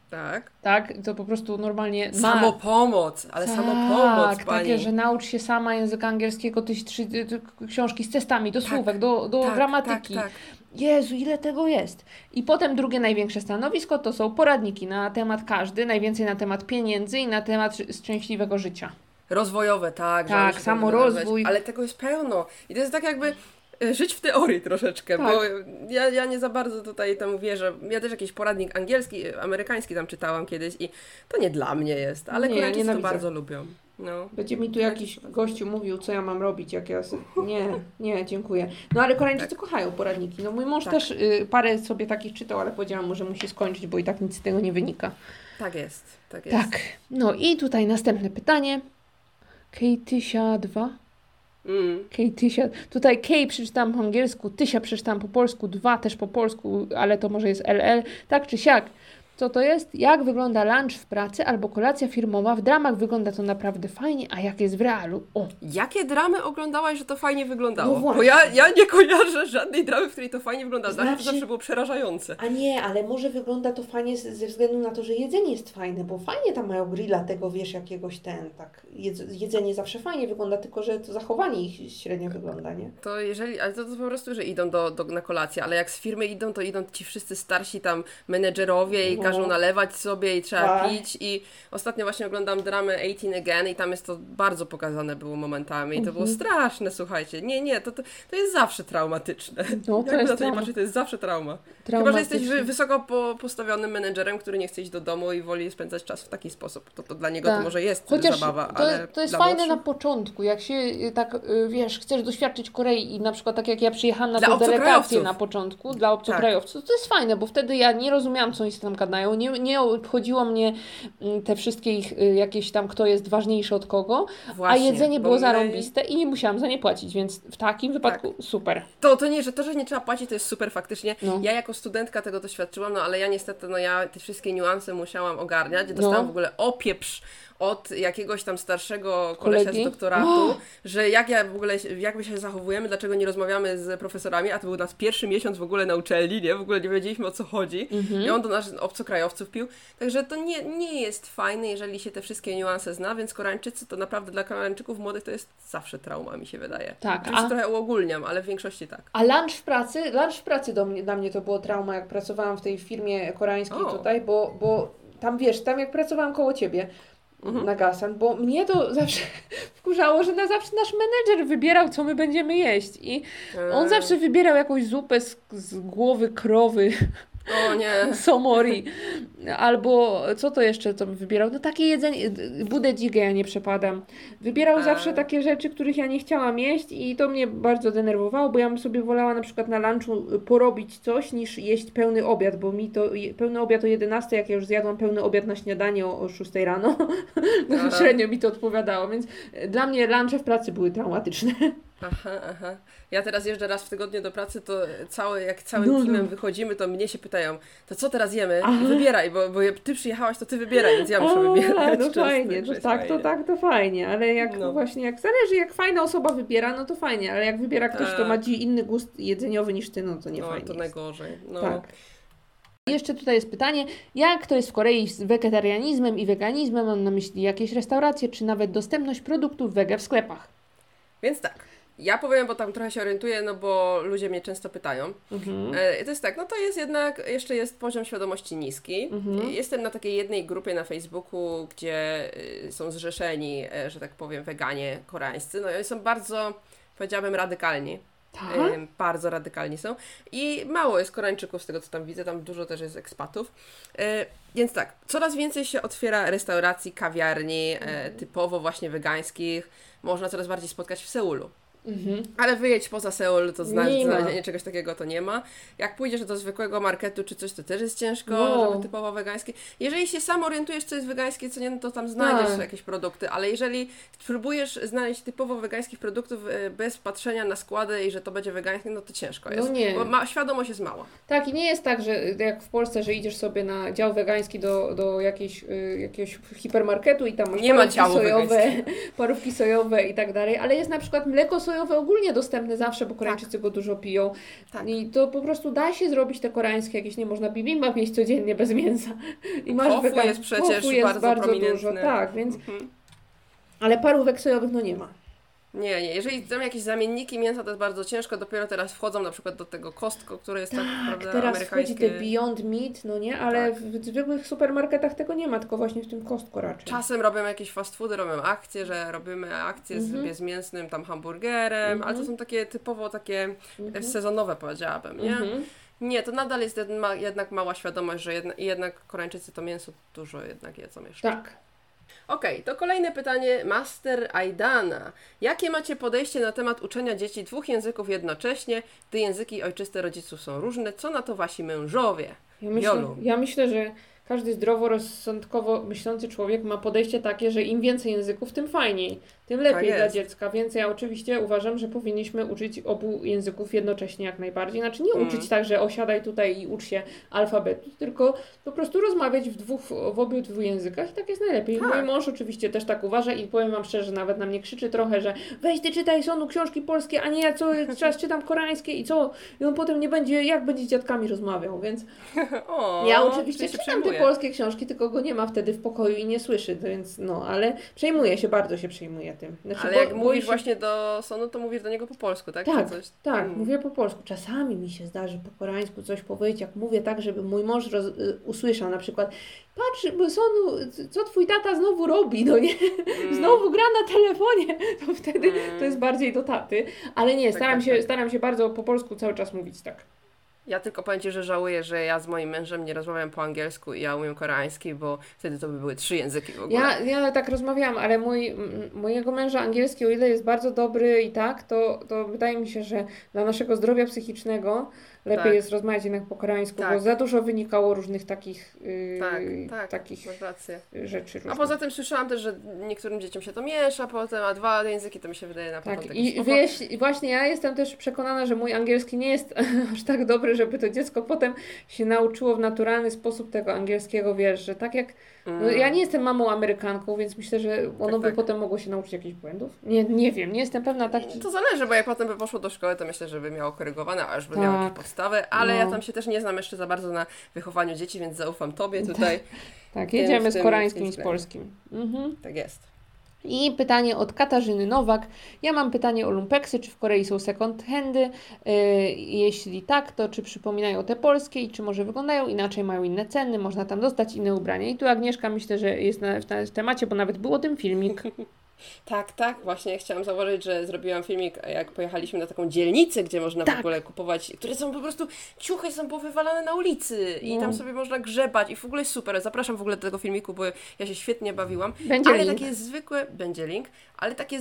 Tak, to po prostu normalnie... Samopomoc, samopomoc, pani. Takie, że naucz się sama języka angielskiego, książki z testami, do słówek, do gramatyki. Tak. Jezu, ile tego jest. I potem drugie największe stanowisko to są poradniki na temat każdy, najwięcej na temat pieniędzy i na temat szczęśliwego życia. Rozwojowe, tak. Tak, samorozwój. Ale tego jest pełno. I to jest tak jakby... żyć w teorii troszeczkę, bo ja nie za bardzo tutaj temu wierzę. Ja też jakiś poradnik angielski, amerykański tam czytałam kiedyś i to nie dla mnie jest, ale Koreańczycy to bardzo lubią. No. Będzie mi tu jakiś gościu mówił, co ja mam robić, jak ja... Nie, dziękuję. No ale Koreańczycy kochają poradniki. No mój mąż też parę sobie takich czytał, ale powiedziałam mu, że musi skończyć, bo i tak nic z tego nie wynika. Tak jest. Tak. No i tutaj następne pytanie. Kejtysia 2. Tysia. Tutaj K przeczytałam po angielsku, Tysia przeczytałam po polsku, 2 też po polsku, ale to może jest LL. Tak czy siak. Co to jest? Jak wygląda lunch w pracy albo kolacja firmowa? W dramach wygląda to naprawdę fajnie, a jak jest w realu? Jakie dramy oglądałaś, że to fajnie wyglądało? No bo ja nie kojarzę żadnej dramy, w której to fajnie wygląda. To zawsze było przerażające. A nie, ale może wygląda to fajnie ze względu na to, że jedzenie jest fajne, bo fajnie tam mają grilla tego, wiesz, jakiegoś jedzenie zawsze fajnie wygląda, tylko że to zachowanie ich średnio wygląda, nie? Ale to po prostu, że idą na kolację, ale jak z firmy idą, to idą ci wszyscy starsi tam menedżerowie i każą nalewać sobie i trzeba pić. I ostatnio właśnie oglądam dramę 18 Again i tam jest to bardzo pokazane było momentami i to było straszne, słuchajcie. Nie, to jest zawsze traumatyczne. No, to jest nie patrzeć, to jest zawsze trauma. Chyba, że jesteś wysoko postawionym menedżerem, który nie chce iść do domu i woli spędzać czas w taki sposób. To dla niego to może jest zabawa, ale to jest fajne na początku, jak się tak, wiesz, chcesz doświadczyć Korei i na przykład tak jak ja przyjechałam na tę delegację na początku dla obcokrajowców, to jest fajne, bo wtedy ja nie rozumiałam, co oni się tam gadają, nie obchodziło mnie te wszystkie ich jakieś tam, kto jest ważniejszy od kogo, właśnie, a jedzenie było zarąbiste i nie musiałam za nie płacić, więc w takim wypadku super. To, że nie trzeba płacić, to jest super faktycznie. No. Ja jako studentka tego doświadczyłam, ale ja niestety, ja te wszystkie niuanse musiałam ogarniać. Dostałam w ogóle opieprz od jakiegoś tam starszego kolesia z doktoratu, że jak my się zachowujemy, dlaczego nie rozmawiamy z profesorami, a to był nasz pierwszy miesiąc w ogóle na uczelni, nie? W ogóle nie wiedzieliśmy, o co chodzi. I on do nas obcokrajowców pił. Także to nie jest fajne, jeżeli się te wszystkie niuanse zna, więc Koreańczycy to naprawdę dla Koreańczyków młodych to jest zawsze trauma, mi się wydaje. Tak. Oczywiście trochę uogólniam, ale w większości tak. A lunch w pracy dla mnie to było trauma, jak pracowałam w tej firmie koreańskiej tutaj, bo tam wiesz, jak pracowałam koło Ciebie, na Gasan, bo mnie to zawsze wkurzało, że zawsze nasz menedżer wybierał, co my będziemy jeść i on zawsze wybierał jakąś zupę z głowy krowy. O nie. Somori. Albo co to jeszcze to wybierał? No takie jedzenie, budę dzigę ja nie przepadam. Wybierał zawsze takie rzeczy, których ja nie chciałam jeść i to mnie bardzo denerwowało, bo ja bym sobie wolała na przykład na lunchu porobić coś, niż jeść pełny obiad, bo mi to pełny obiad o 11, jak ja już zjadłam pełny obiad na śniadanie o 6 rano, no średnio mi to odpowiadało, więc dla mnie lunche w pracy były traumatyczne. Aha. Ja teraz jeżdżę raz w tygodniu do pracy, to jak całym teamem wychodzimy, to mnie się pytają, to co teraz jemy? Wybieraj, bo ty przyjechałaś, to ty wybieraj, więc ja muszę wybierać. No fajnie, to fajnie, ale jak zależy, jak fajna osoba wybiera, no to fajnie, ale jak wybiera ktoś, kto ma inny gust jedzeniowy niż ty, no to nie fajnie. To najgorzej. Tak. Jeszcze tutaj jest pytanie, jak to jest w Korei z wegetarianizmem i weganizmem? Mam na myśli jakieś restauracje, czy nawet dostępność produktów wege w sklepach. Więc tak. Ja powiem, bo tam trochę się orientuję, bo ludzie mnie często pytają. To jest tak, to jest jednak, jeszcze jest poziom świadomości niski. Jestem na takiej jednej grupie na Facebooku, gdzie są zrzeszeni, że tak powiem, weganie koreańscy. Oni są bardzo, powiedziałabym, radykalni. Bardzo radykalni są. I mało jest Koreańczyków z tego, co tam widzę. Tam dużo też jest ekspatów. Więc tak, coraz więcej się otwiera restauracji, kawiarni, typowo właśnie wegańskich. Można coraz bardziej spotkać w Seulu. Ale wyjedź poza Seul, to znalezienie czegoś takiego to nie ma. Jak pójdziesz do zwykłego marketu czy coś, to też jest ciężko, żeby typowo wegańskie. Jeżeli się sam orientujesz, co jest wegańskie, co nie, to tam znajdziesz jakieś produkty, ale jeżeli próbujesz znaleźć typowo wegańskich produktów bez patrzenia na składy i że to będzie wegańskie, no to ciężko jest. Bo świadomość jest mała. Tak, i nie jest tak, że jak w Polsce, że idziesz sobie na dział wegański do jakiegoś hipermarketu i tam masz parówki sojowe i tak dalej, ale jest na przykład mleko sojowe ogólnie dostępne zawsze, bo Koreańczycy go dużo piją. Tak. I to po prostu da się zrobić te koreańskie, jakieś nie można bibimbap jeść codziennie bez mięsa. I masz tofu jest przecież bardzo dużo. Tak, więc ale parówek sojowych nie ma. Nie. Jeżeli tam jakieś zamienniki mięsa, to jest bardzo ciężko. Dopiero teraz wchodzą na przykład do tego Costco, które jest tak naprawdę teraz amerykańskie. Wchodzi te Beyond Meat, ale w zwykłych supermarketach tego nie ma, tylko właśnie w tym Costco raczej. Czasem robią jakieś fast foody, robią akcje, że robimy akcje z bezmięsnym tam hamburgerem, ale to są takie typowo sezonowe, powiedziałabym, nie? Nie, to nadal jest jednak mała świadomość, że jednak Koreańczycy to mięso dużo jednak jedzą jeszcze. Tak. Okej, to kolejne pytanie Master Aidana. Jakie macie podejście na temat uczenia dzieci 2 języków jednocześnie, gdy języki ojczyste rodziców są różne? Co na to wasi mężowie? Ja myślę, że każdy zdroworozsądkowo myślący człowiek ma podejście takie, że im więcej języków, tym fajniej, tym lepiej dla dziecka. Więc ja oczywiście uważam, że powinniśmy uczyć obu języków jednocześnie jak najbardziej. Znaczy nie uczyć tak, że osiadaj tutaj i ucz się alfabetu, tylko po prostu rozmawiać w obydwu językach i tak jest najlepiej. Mój mąż oczywiście też tak uważa i powiem Wam szczerze, nawet na mnie krzyczy trochę, że weź ty czytaj Sonu książki polskie, a nie ja co czas czytam koreańskie i co? I on potem nie będzie, jak będzie z dziadkami rozmawiał, więc ja oczywiście czytam te polskie książki, tylko go nie ma wtedy w pokoju i nie słyszy, więc ale bardzo się przejmuje tym. Znaczy, ale jak mówisz właśnie do Sonu, to mówisz do niego po polsku, tak? Tak, coś? Tak, mówię po polsku. Czasami mi się zdarzy po koreańsku coś powiedzieć, jak mówię tak, żeby mój mąż usłyszał na przykład: patrz, bo Sonu, co twój tata znowu robi, no nie? Znowu gra na telefonie. To wtedy to jest bardziej do taty. Ale nie, staram się bardzo po polsku cały czas mówić tak. Ja tylko powiem Ci, że żałuję, że ja z moim mężem nie rozmawiam po angielsku i ja umiem koreański, bo wtedy to by były 3 języki w ogóle. Ja tak rozmawiałam, ale mojego męża angielski, o ile jest bardzo dobry i tak, to wydaje mi się, że dla naszego zdrowia psychicznego lepiej jest rozmawiać jednak po koreańsku, bo za dużo wynikało różnych takich, takich rzeczy. A poza tym słyszałam też, że niektórym dzieciom się to miesza potem, a 2 języki to mi się wydaje na początek. I właśnie ja jestem też przekonana, że mój angielski nie jest aż tak dobry, żeby to dziecko potem się nauczyło w naturalny sposób tego angielskiego, wiesz, że tak jak... No, ja nie jestem mamą Amerykanką, więc myślę, że ono by potem mogło się nauczyć jakichś błędów. Nie wiem, nie jestem pewna. To zależy, bo jak potem by poszło do szkoły, to myślę, że by miało korygowane, a już by miało jakieś podstawy, ale ja tam się też nie znam jeszcze za bardzo na wychowaniu dzieci, więc zaufam Tobie tutaj. Tak, jedziemy z koreańskim i z polskim. Tak jest. I pytanie od Katarzyny Nowak. Ja mam pytanie o lumpeksy. Czy w Korei są second handy? Jeśli tak, to czy przypominają te polskie i czy może wyglądają inaczej, mają inne ceny, można tam dostać inne ubrania? I tu Agnieszka myślę, że jest w temacie, bo nawet był o tym filmik. Tak, właśnie chciałam zauważyć, że zrobiłam filmik, jak pojechaliśmy na taką dzielnicę, gdzie można w ogóle kupować, które są po prostu, ciuchy są powywalane na ulicy i tam sobie można grzebać i w ogóle jest super. Zapraszam w ogóle do tego filmiku, bo ja się świetnie bawiłam. Będzie link, ale takie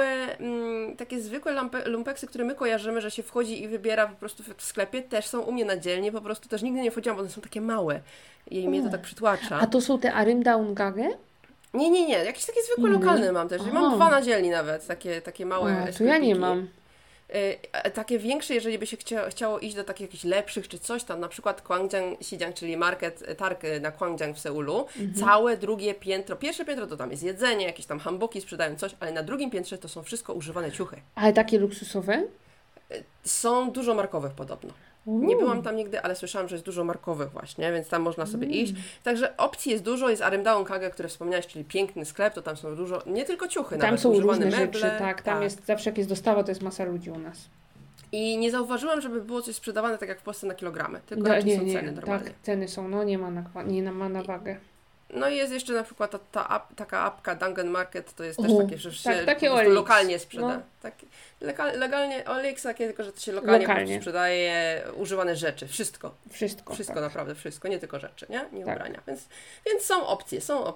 zwykłe lumpeksy, które my kojarzymy, że się wchodzi i wybiera po prostu w sklepie, też są u mnie na dzielni, po prostu też nigdy nie wchodziłam, bo one są takie małe i mnie to tak przytłacza. A to są te Arimdaungage? Nie. Jakieś takie zwykłe lokalne mam też. Mam 2 na dzielni nawet, takie małe sklepiki. To ja nie mam. Takie większe, jeżeli by się chciało iść do takich jakichś lepszych czy coś tam, na przykład Gwangjang-Sijiang, czyli targ na Gwangjang w Seulu, całe drugie piętro, pierwsze piętro to tam jest jedzenie, jakieś tam hamboki sprzedają coś, ale na drugim piętrze to są wszystko używane ciuchy. Ale takie luksusowe? Są dużo markowych podobno. Nie byłam tam nigdy, ale słyszałam, że jest dużo markowych właśnie, więc tam można sobie iść. Także opcji jest dużo, jest Arimdaungage, które wspomniałeś, czyli piękny sklep, to tam są dużo, nie tylko ciuchy, tam nawet są używane różne meble. Rzeczy, tam jest, zawsze jak jest dostawa, to jest masa ludzi u nas. I nie zauważyłam, żeby było coś sprzedawane tak jak w Polsce na kilogramy, tylko raczej są ceny normalnie. Tak, ceny są, nie ma na wagę. No i jest jeszcze na przykład taka apka Dungan Market, to jest też takie, że się takie lokalnie sprzeda. Legalnie OLX, tylko że to się lokalnie sprzedaje używane rzeczy. Wszystko tak. Naprawdę wszystko, nie tylko rzeczy, nie ubrania. Więc są opcje.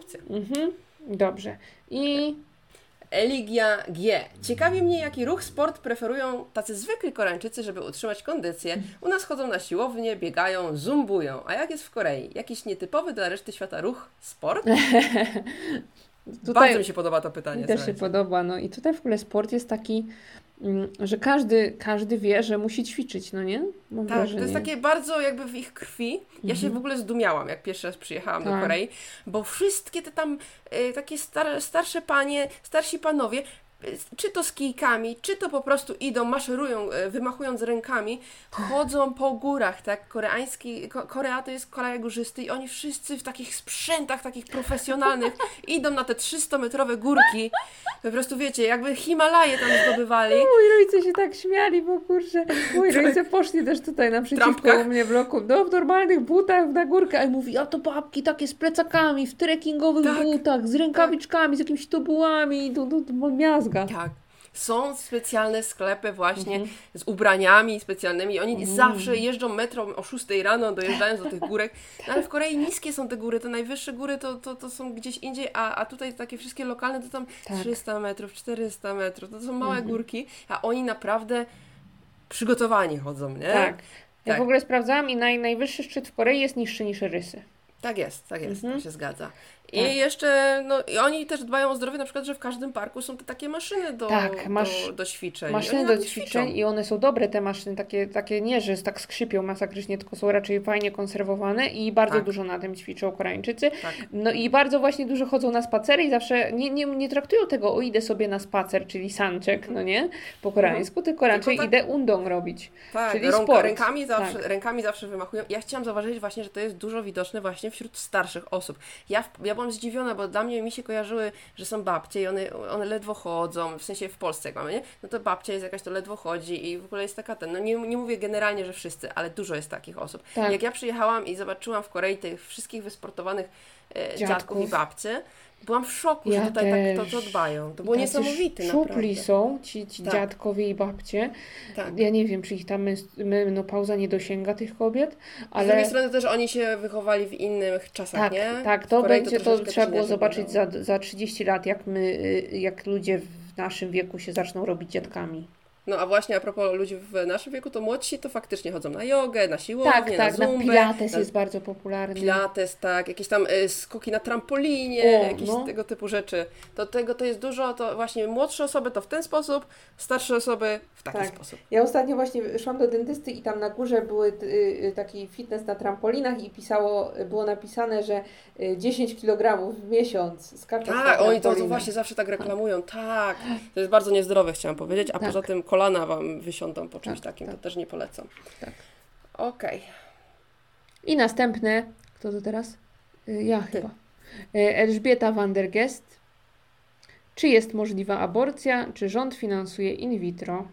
Dobrze. I... Eligia G. Ciekawi mnie, jaki ruch sport preferują tacy zwykli Koreańczycy, żeby utrzymać kondycję. U nas chodzą na siłownię, biegają, zumbują. A jak jest w Korei? Jakiś nietypowy dla reszty świata ruch sport? Bardzo mi się podoba to pytanie. Mi też się podoba. No i tutaj w ogóle sport jest taki, że każdy wie, że musi ćwiczyć, no nie? Mam wrażenie. To jest takie bardzo jakby w ich krwi. Ja się w ogóle zdumiałam, jak pierwszy raz przyjechałam do Korei, bo wszystkie te tam takie starsze panie, starsi panowie, czy to z kijkami, czy to po prostu idą, maszerują, wymachując rękami, chodzą po górach, tak? Korea to jest kraj górzysty i oni wszyscy w takich sprzętach, takich profesjonalnych idą na te 300-metrowe górki. Po prostu wiecie, jakby Himalaje tam zdobywali. Moi rodzice się tak śmiali, bo kurczę, moi rodzice poszli też tutaj naprzeciwko mnie w bloku, w normalnych butach na górkę, i mówi, a to babki takie z plecakami, w trekkingowych butach, z rękawiczkami, z jakimiś tubułami, to miazga. Tak. Są specjalne sklepy właśnie z ubraniami specjalnymi. Oni zawsze jeżdżą metrą o 6 rano, dojeżdżając do tych górek. No, ale w Korei niskie są te góry. Te najwyższe góry to są gdzieś indziej, a tutaj takie wszystkie lokalne to tam 300 metrów, 400 metrów. To są małe górki, a oni naprawdę przygotowani chodzą, nie? Tak. Ja w ogóle sprawdzałam i najwyższy szczyt w Korei jest niższy niż Rysy. Tak jest, to się zgadza. I jeszcze, i oni też dbają o zdrowie, na przykład, że w każdym parku są te takie maszyny do ćwiczeń. Maszyny do ćwiczeń i one są dobre, te maszyny, takie nie, że tak skrzypią masakrycznie, tylko są raczej fajnie konserwowane i bardzo dużo na tym ćwiczą Koreańczycy. Tak. No i bardzo właśnie dużo chodzą na spacery i zawsze nie traktują tego, idę sobie na spacer, czyli sanczek, no nie, po koreańsku, tylko raczej idę undong robić, czyli sport. Rękami zawsze wymachują. Ja chciałam zauważyć właśnie, że to jest dużo widoczne właśnie właśnie wśród starszych osób. Ja byłam zdziwiona, bo dla mnie mi się kojarzyły, że są babcie i one ledwo chodzą, w sensie w Polsce jak mamy, nie? No to babcia jest jakaś, to ledwo chodzi i w ogóle jest taka no nie mówię generalnie, że wszyscy, ale dużo jest takich osób. Tak. Jak ja przyjechałam i zobaczyłam w Korei tych wszystkich wysportowanych dziadków i babcie, byłam w szoku, że tutaj tak to dbają. To było niesamowite, naprawdę. Szupli są ci dziadkowie i babcie. Tak. Ja nie wiem, czy ich tam menopauza nie dosięga tych kobiet, ale... Z drugiej strony też oni się wychowali w innych czasach, nie? Tak, to trzeba było zobaczyć za 30 lat, jak ludzie w naszym wieku się zaczną robić dziadkami. No a właśnie a propos ludzi w naszym wieku, to młodsi to faktycznie chodzą na jogę, na siłownię, na zumbę. Pilates jest bardzo popularny. Pilates, tak, jakieś tam skoki na trampolinie, tego typu rzeczy. To jest dużo, to właśnie młodsze osoby to w ten sposób, starsze osoby w taki sposób. Ja ostatnio właśnie szłam do dentysty i tam na górze były taki fitness na trampolinach i było napisane, że 10 kg w miesiąc skacze. Tak, oni to właśnie zawsze tak reklamują, tak. To jest bardzo niezdrowe, chciałam powiedzieć, a poza tym kolana Wam wysiądą po czymś takim, to też nie polecam. Tak. Okej. I następne, kto to teraz? Ja chyba. Elżbieta van der Gest. Czy jest możliwa aborcja? Czy rząd finansuje in vitro?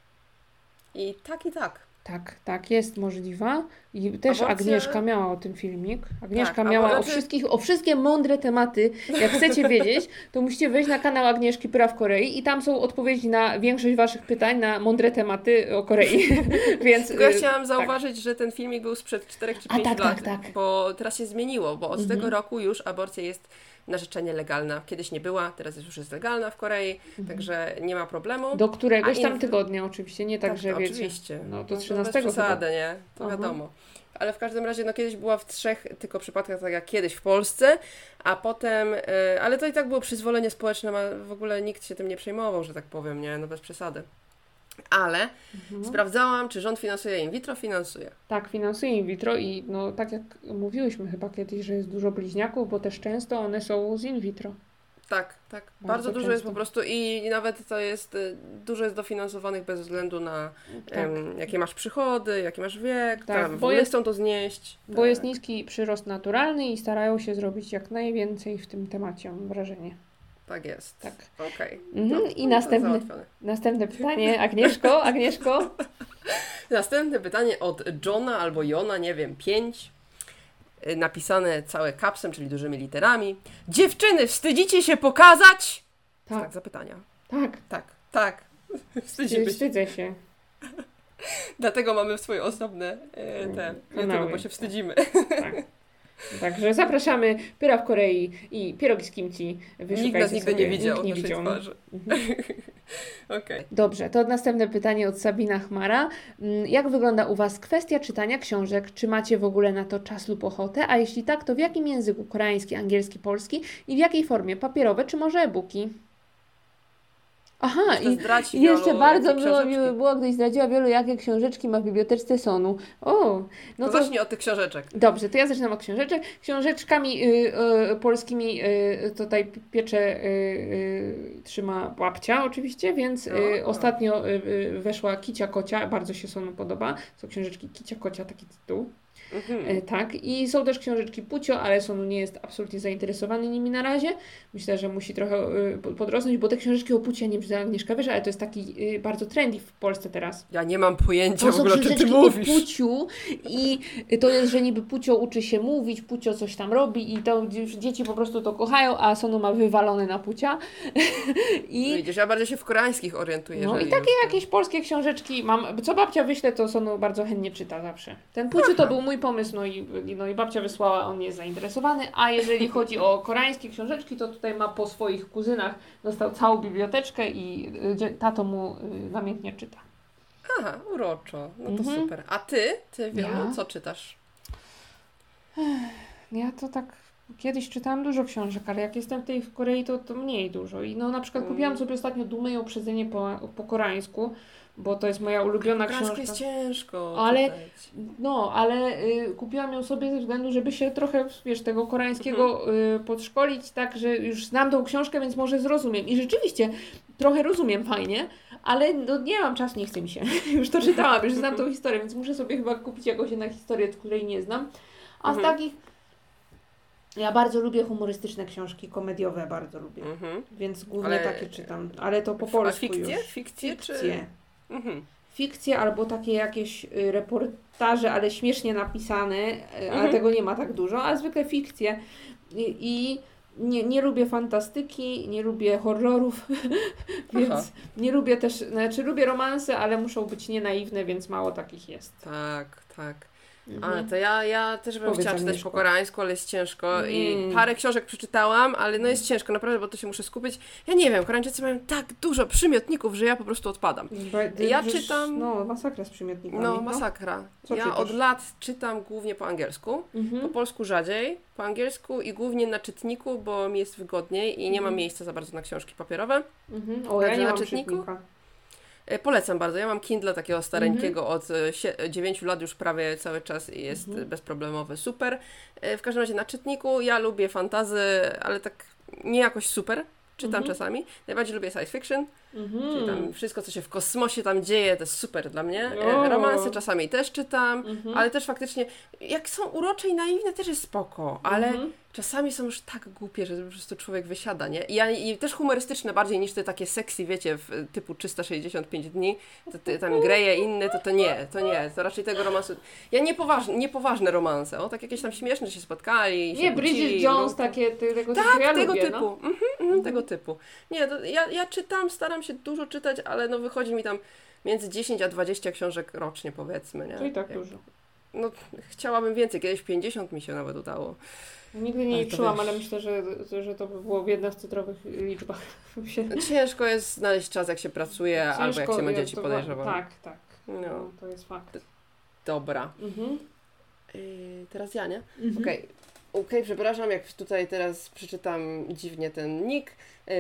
I tak. Tak, jest możliwa. I też aborcja... Agnieszka miała o tym filmik. Agnieszka miała o wszystkie mądre tematy. Jak chcecie wiedzieć, to musicie wejść na kanał Agnieszki Pyra w Korei i tam są odpowiedzi na większość Waszych pytań na mądre tematy o Korei. Więc tylko ja chciałam zauważyć, że ten filmik był sprzed 4 czy 5 lat. Bo teraz się zmieniło, bo od tego roku już aborcja jest na życzenie legalna. Kiedyś nie była, teraz już jest legalna w Korei, także nie ma problemu. Do któregoś tam tygodnia oczywiście, nie tak, że wiecie. Oczywiście. No to 13 bez przesady, nie? To wiadomo. Ale w każdym razie, kiedyś była w 3 tylko przypadkach, tak jak kiedyś w Polsce, a potem, ale to i tak było przyzwolenie społeczne, w ogóle nikt się tym nie przejmował, że tak powiem, nie? No bez przesady. Ale sprawdzałam, czy rząd finansuje in vitro, finansuje. Tak, finansuje in vitro i tak jak mówiłyśmy chyba kiedyś, że jest dużo bliźniaków, bo też często one są z in vitro. Tak. Bardzo dużo jest po prostu i nawet to jest, dużo jest dofinansowanych bez względu na jakie masz przychody, jaki masz wiek, bo chcą to znieść. Bo jest niski przyrost naturalny i starają się zrobić jak najwięcej w tym temacie, mam wrażenie. Tak jest. Tak. Okej. I następne pytanie. Agnieszko. Następne pytanie od Johna albo Jona, nie wiem, 5. Napisane całe kapsem, czyli dużymi literami. Dziewczyny, wstydzicie się pokazać? Tak. Znak zapytania. Tak. Wstydzę się. Dlatego mamy swoje osobne YouTube, bo się wstydzimy. Tak. Także zapraszamy Pyra w Korei i pierogi z kimchi. Nikt nas nigdy nie widział naszej twarzy. Okay. Dobrze, to następne pytanie od Sabina Chmara. Jak wygląda u Was kwestia czytania książek? Czy macie w ogóle na to czas lub ochotę? A jeśli tak, to w jakim języku? Koreański, angielski, polski? I w jakiej formie? Papierowe czy może e-booki? Aha, i jeszcze bardzo miło by było, gdybyś zdradziła Wiolu, jakie książeczki ma w bibliotece Sonu. To zacznij od tych książeczek. Dobrze, to ja zaczynam od książeczek. Książeczkami polskimi tutaj pieczę trzyma babcia oczywiście, więc ostatnio weszła Kicia Kocia, bardzo się Sonu podoba. Są książeczki Kicia Kocia, taki tytuł. Tak, i są też książeczki Pucio, ale Sonu nie jest absolutnie zainteresowany nimi na razie. Myślę, że musi trochę podrosnąć, bo te książeczki o Pucie, nie wiem, czy Agnieszka wiesz, ale to jest taki bardzo trendy w Polsce teraz. Ja nie mam pojęcia w ogóle, o czym ty mówisz. O Puciu i to jest, że niby Pucio uczy się mówić, Pucio coś tam robi i to dzieci po prostu to kochają, a Sonu ma wywalone na Pucia. No widzisz, ja bardziej się w koreańskich orientuję. No i takie jakieś polskie książeczki mam. Co babcia wyśle, to Sonu bardzo chętnie czyta zawsze. Ten Puciu to był mój pomysł, no i babcia wysłała, on nie jest zainteresowany, a jeżeli chodzi o koreańskie książeczki, to tutaj ma po swoich kuzynach, dostał całą biblioteczkę i tato mu namiętnie czyta. Aha, uroczo, no to super. A ty Wielu, co czytasz? Ja to tak kiedyś czytałam dużo książek, ale jak jestem w Korei, to mniej dużo. I na przykład kupiłam sobie ostatnio Dumę i uprzedzenie po koreańsku, bo to jest moja ulubiona książka. Jest ciężko. Ale kupiłam ją sobie ze względu, żeby się trochę, tego koreańskiego podszkolić, tak, że już znam tą książkę, więc może zrozumiem. I rzeczywiście trochę rozumiem fajnie, ale nie mam czasu, nie chce mi się. Już to czytałam, już znam tą historię, więc muszę sobie chyba kupić jakąś jednak historię, której nie znam. A z takich Ja bardzo lubię humorystyczne książki, komediowe bardzo lubię, więc głównie takie czytam, ale to po polsku fikcję? już. Fikcję? Fikcje albo takie jakieś reportaże, ale śmiesznie napisane, ale tego nie ma tak dużo, a zwykle fikcje i nie lubię fantastyki, nie lubię horrorów, więc nie lubię też, znaczy lubię romanse, ale muszą być nienaiwne, więc mało takich jest. Tak. To ja też bym chciała czytać po koreańsku, ale jest ciężko i parę książek przeczytałam, ale no jest ciężko, naprawdę, bo to się muszę skupić. Ja nie wiem, Koreańczycy mają tak dużo przymiotników, że ja po prostu odpadam. Ja czytam... No, masakra z przymiotnikami. No, masakra. Ja od lat czytam głównie po angielsku, po polsku rzadziej, po angielsku i głównie na czytniku, bo mi jest wygodniej i nie mam miejsca za bardzo na książki papierowe. Ja nie mam czytnika. Polecam bardzo. Ja mam Kindle takiego stareńkiego od 9 lat już prawie cały czas i jest bezproblemowy, super. W każdym razie na czytniku ja lubię fantasy, ale tak nie jakoś super. Czytam czasami. Najbardziej lubię science fiction, czyli tam wszystko, co się w kosmosie tam dzieje, to jest super dla mnie. Romanse czasami też czytam, ale też faktycznie, jak są urocze i naiwne, też jest spoko, ale czasami są już tak głupie, że po prostu człowiek wysiada, nie? I też humorystyczne bardziej niż te takie sexy, wiecie, typu 365 dni, tam Greje inne, to nie, to raczej tego romansu. Ja niepoważne romanse, tak jakieś tam śmieszne, że się spotkali. Nie, Bridget Jones, takie tego typu. Tak, ja tego lubię, typu. Tego typu. Nie, ja czytam, staram się dużo czytać, ale no wychodzi mi tam między 10 a 20 książek rocznie, powiedzmy, nie? To i tak dużo. No, chciałabym więcej, kiedyś 50 mi się nawet udało. Nigdy nie liczyłam, ale myślę, że to by było w jednocyfrowych liczbach. Ciężko jest znaleźć czas, jak się pracuje, albo jak się ma dzieci, podejrzewam. Tak. No, to jest fakt. Dobra. Teraz ja, nie? Okej, przepraszam, jak tutaj teraz przeczytam dziwnie ten nick.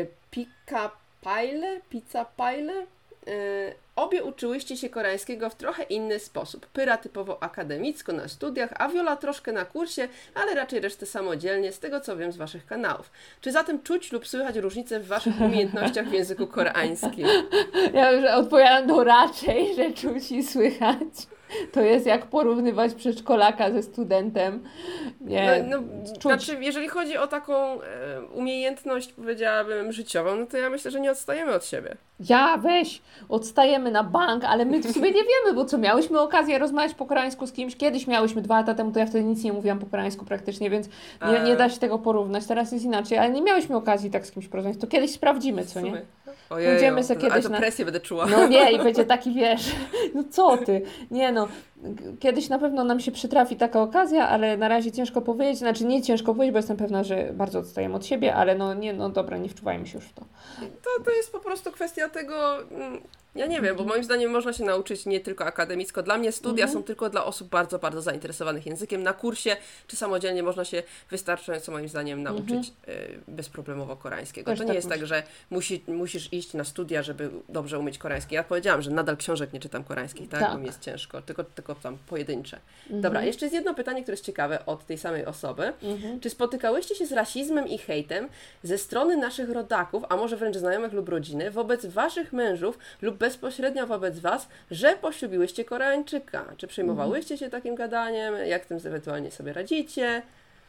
Pizza Pile. Obie uczyłyście się koreańskiego w trochę inny sposób. Pyra typowo akademicko na studiach, a Wiola troszkę na kursie, ale raczej resztę samodzielnie, z tego co wiem z Waszych kanałów. Czy zatem czuć lub słychać różnice w Waszych umiejętnościach w języku koreańskim? Ja już odpowiadam, no raczej, że czuć i słychać. To jest jak porównywać przedszkolaka ze studentem. Nie, znaczy, jeżeli chodzi o taką umiejętność, powiedziałabym, życiową, no to ja myślę, że nie odstajemy od siebie. Odstajemy na bank, ale my w sumie nie wiemy, bo co, miałyśmy okazję rozmawiać po koreańsku z kimś, kiedyś miałyśmy 2 lata temu, to ja wtedy nic nie mówiłam po koreańsku praktycznie, więc nie da się tego porównać, teraz jest inaczej, ale nie miałyśmy okazji tak z kimś porozmawiać, to kiedyś sprawdzimy, co nie? Pójdziemy sobie kiedyś ale to presję będę czuła. No nie, i będzie taki, wiesz, no co ty, nie no, kiedyś na pewno nam się przytrafi taka okazja, ale na razie ciężko powiedzieć, znaczy nie ciężko powiedzieć, bo jestem pewna, że bardzo odstajemy od siebie, ale dobra, nie wczuwajmy się już w to. To jest po prostu kwestia tego, ja nie wiem, bo moim zdaniem można się nauczyć nie tylko akademicko. Dla mnie studia są tylko dla osób bardzo, bardzo zainteresowanych językiem. Na kursie czy samodzielnie można się wystarczająco moim zdaniem nauczyć bezproblemowo koreańskiego. To nie jest tak, że musisz iść na studia, żeby dobrze umieć koreański. Ja powiedziałam, że nadal książek nie czytam koreańskich, tak? Bo mi jest ciężko, tylko tam pojedyncze. Dobra, jeszcze jest jedno pytanie, które jest ciekawe od tej samej osoby. Czy spotykałyście się z rasizmem i hejtem ze strony naszych rodaków, a może wręcz znajomych lub rodziny, wobec Waszych mężów lub bezpośrednio wobec Was, że poślubiłyście Koreańczyka? Czy przejmowałyście się takim gadaniem? Jak tym ewentualnie sobie radzicie?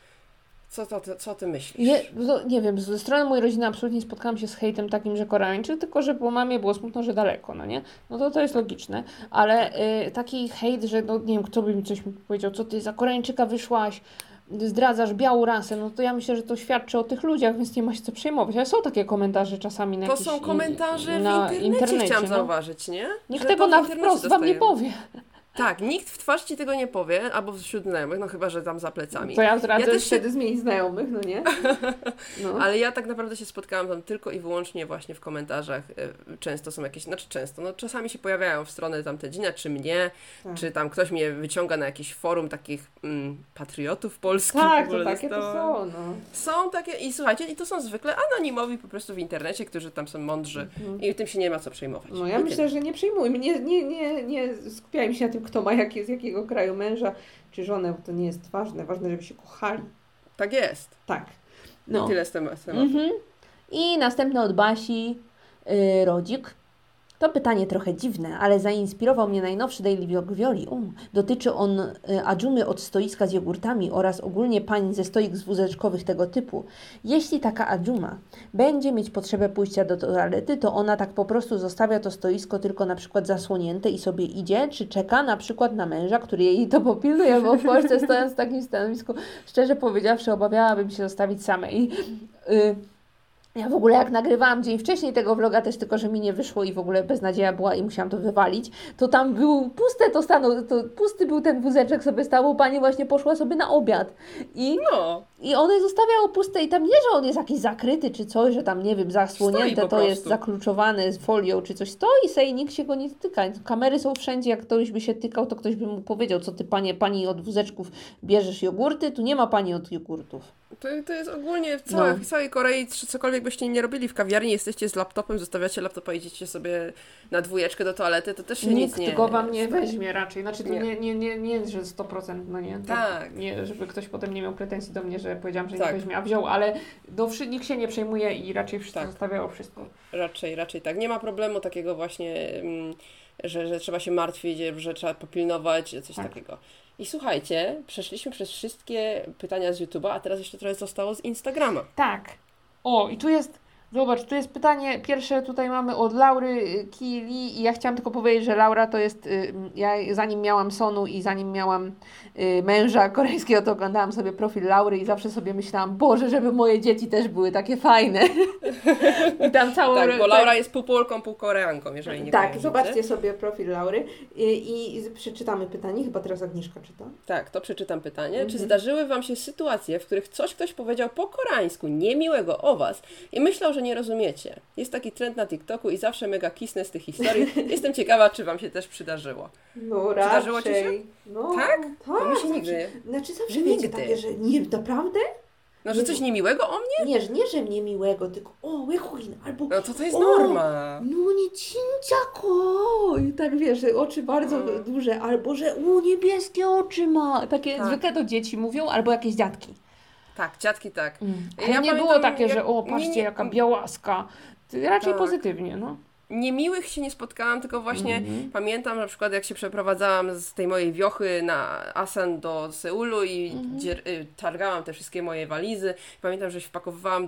Co Ty myślisz? Nie wiem, ze strony mojej rodziny absolutnie nie spotkałam się z hejtem takim, że Koreańczyk, tylko że po mamie było smutno, że daleko, no nie? No to jest logiczne, ale taki hejt, że nie wiem, kto by mi coś powiedział, co Ty za Koreańczyka wyszłaś, zdradzasz białą rasę, no to ja myślę, że to świadczy o tych ludziach, więc nie ma się co przejmować. Ale są takie komentarze czasami na To są komentarze w internecie chciałam zauważyć, nie? Nikt tego na wprost Wam nie powie. Tak, nikt w twarz Ci tego nie powie, albo wśród znajomych, no chyba, że tam za plecami. To ja też wtedy zmienić znajomych, no nie? No. Ale ja tak naprawdę się spotkałam tam tylko i wyłącznie właśnie w komentarzach. Często są jakieś, czasami się pojawiają w stronę tam Tedzina, czy mnie, czy tam ktoś mnie wyciąga na jakiś forum takich patriotów polskich. Tak, to takie to są, no. Są takie i słuchajcie, i to są zwykle anonimowi po prostu w internecie, którzy tam są mądrzy i tym się nie ma co przejmować. No ja myślę, że nie przejmujmy, nie skupiajmy się na tym, kto ma z jakiego kraju męża czy żonę, bo to nie jest ważne. Ważne, żeby się kochali. Tak jest. Tak. I tyle z tematu. I następne od Basi, rodzik. To pytanie trochę dziwne, ale zainspirował mnie najnowszy Daily Vlog. Dotyczy on adżumy od stoiska z jogurtami oraz ogólnie pań ze stoik z wózeczkowych tego typu. Jeśli taka adżuma będzie mieć potrzebę pójścia do toalety, to ona tak po prostu zostawia to stoisko tylko na przykład zasłonięte i sobie idzie, czy czeka na przykład na męża, który jej to popilnuje, bo w Polsce stojąc w takim stanowisku, szczerze powiedziawszy, obawiałabym się zostawić samej. Ja w ogóle jak nagrywałam dzień wcześniej tego vloga też, tylko że mi nie wyszło i w ogóle beznadzieja była i musiałam to wywalić, to tam był pusty był ten wózeczek sobie stał, pani właśnie poszła sobie na obiad i one zostawiało puste i tam nie, że on jest jakiś zakryty czy coś, że tam nie wiem, zasłonięte, to jest zakluczowane z folią czy coś, stoi se i nikt się go nie tyka. Kamery są wszędzie, jak ktoś by się tykał, to ktoś by mu powiedział, co ty pani od wózeczków bierzesz jogurty, tu nie ma pani od jogurtów. To jest ogólnie w całej Korei, cokolwiek byście nie robili w kawiarni, jesteście z laptopem, zostawiacie laptopa i idziecie sobie na 2 do toalety, to też się nic nie... Nikt go wam nie weźmie raczej. Znaczy to nie, że 100%, no nie. Tak. Nie, żeby ktoś potem nie miał pretensji do mnie, że powiedziałam, że nie weźmie, a wziął, ale nikt się nie przejmuje i raczej zostawiało wszystko. Raczej tak. Nie ma problemu takiego właśnie, że trzeba się martwić, że trzeba popilnować, coś takiego. I słuchajcie, przeszliśmy przez wszystkie pytania z YouTube'a, a teraz jeszcze trochę zostało z Instagrama. Tak. I tu jest, zobacz, tu jest pytanie pierwsze, tutaj mamy od Laury Kili i ja chciałam tylko powiedzieć, że Laura to jest, ja zanim miałam Sonu i zanim miałam męża koreańskiego, to oglądałam sobie profil Laury i zawsze sobie myślałam, Boże, żeby moje dzieci też były takie fajne. I tam całą... Tak, bo Laura jest pół Polką, pół Koreanką, jeżeli nie Tak, zobaczcie sobie profil Laury i przeczytamy pytanie, chyba teraz Agnieszka czyta. Tak, to przeczytam pytanie. Czy zdarzyły Wam się sytuacje, w których ktoś powiedział po koreańsku niemiłego o Was i myślał, że nie rozumiecie? Jest taki trend na TikToku i zawsze mega kisnę z tych historii. Jestem ciekawa, czy Wam się też przydarzyło. No raczej. Przydarzyło Ci się? No, tak? To mi się nigdy. Znaczy zawsze wiecie takie, że nie, naprawdę? No, że coś niemiłego o mnie? Nie, że niemiłego, tylko wechurin, albo... No to jest norma. No nie cinciako. I tak wiesz, że oczy bardzo duże, albo że niebieskie oczy ma. Takie zwykle do dzieci mówią, albo jakieś dziadki. Tak, dziadki tak. Ale nie było takie, że patrzcie jaka białaska. Raczej pozytywnie, no. Niemiłych się nie spotkałam, tylko właśnie pamiętam na przykład jak się przeprowadzałam z tej mojej wiochy na Asan do Seulu i targałam te wszystkie moje walizy. Pamiętam, że się wpakowywałam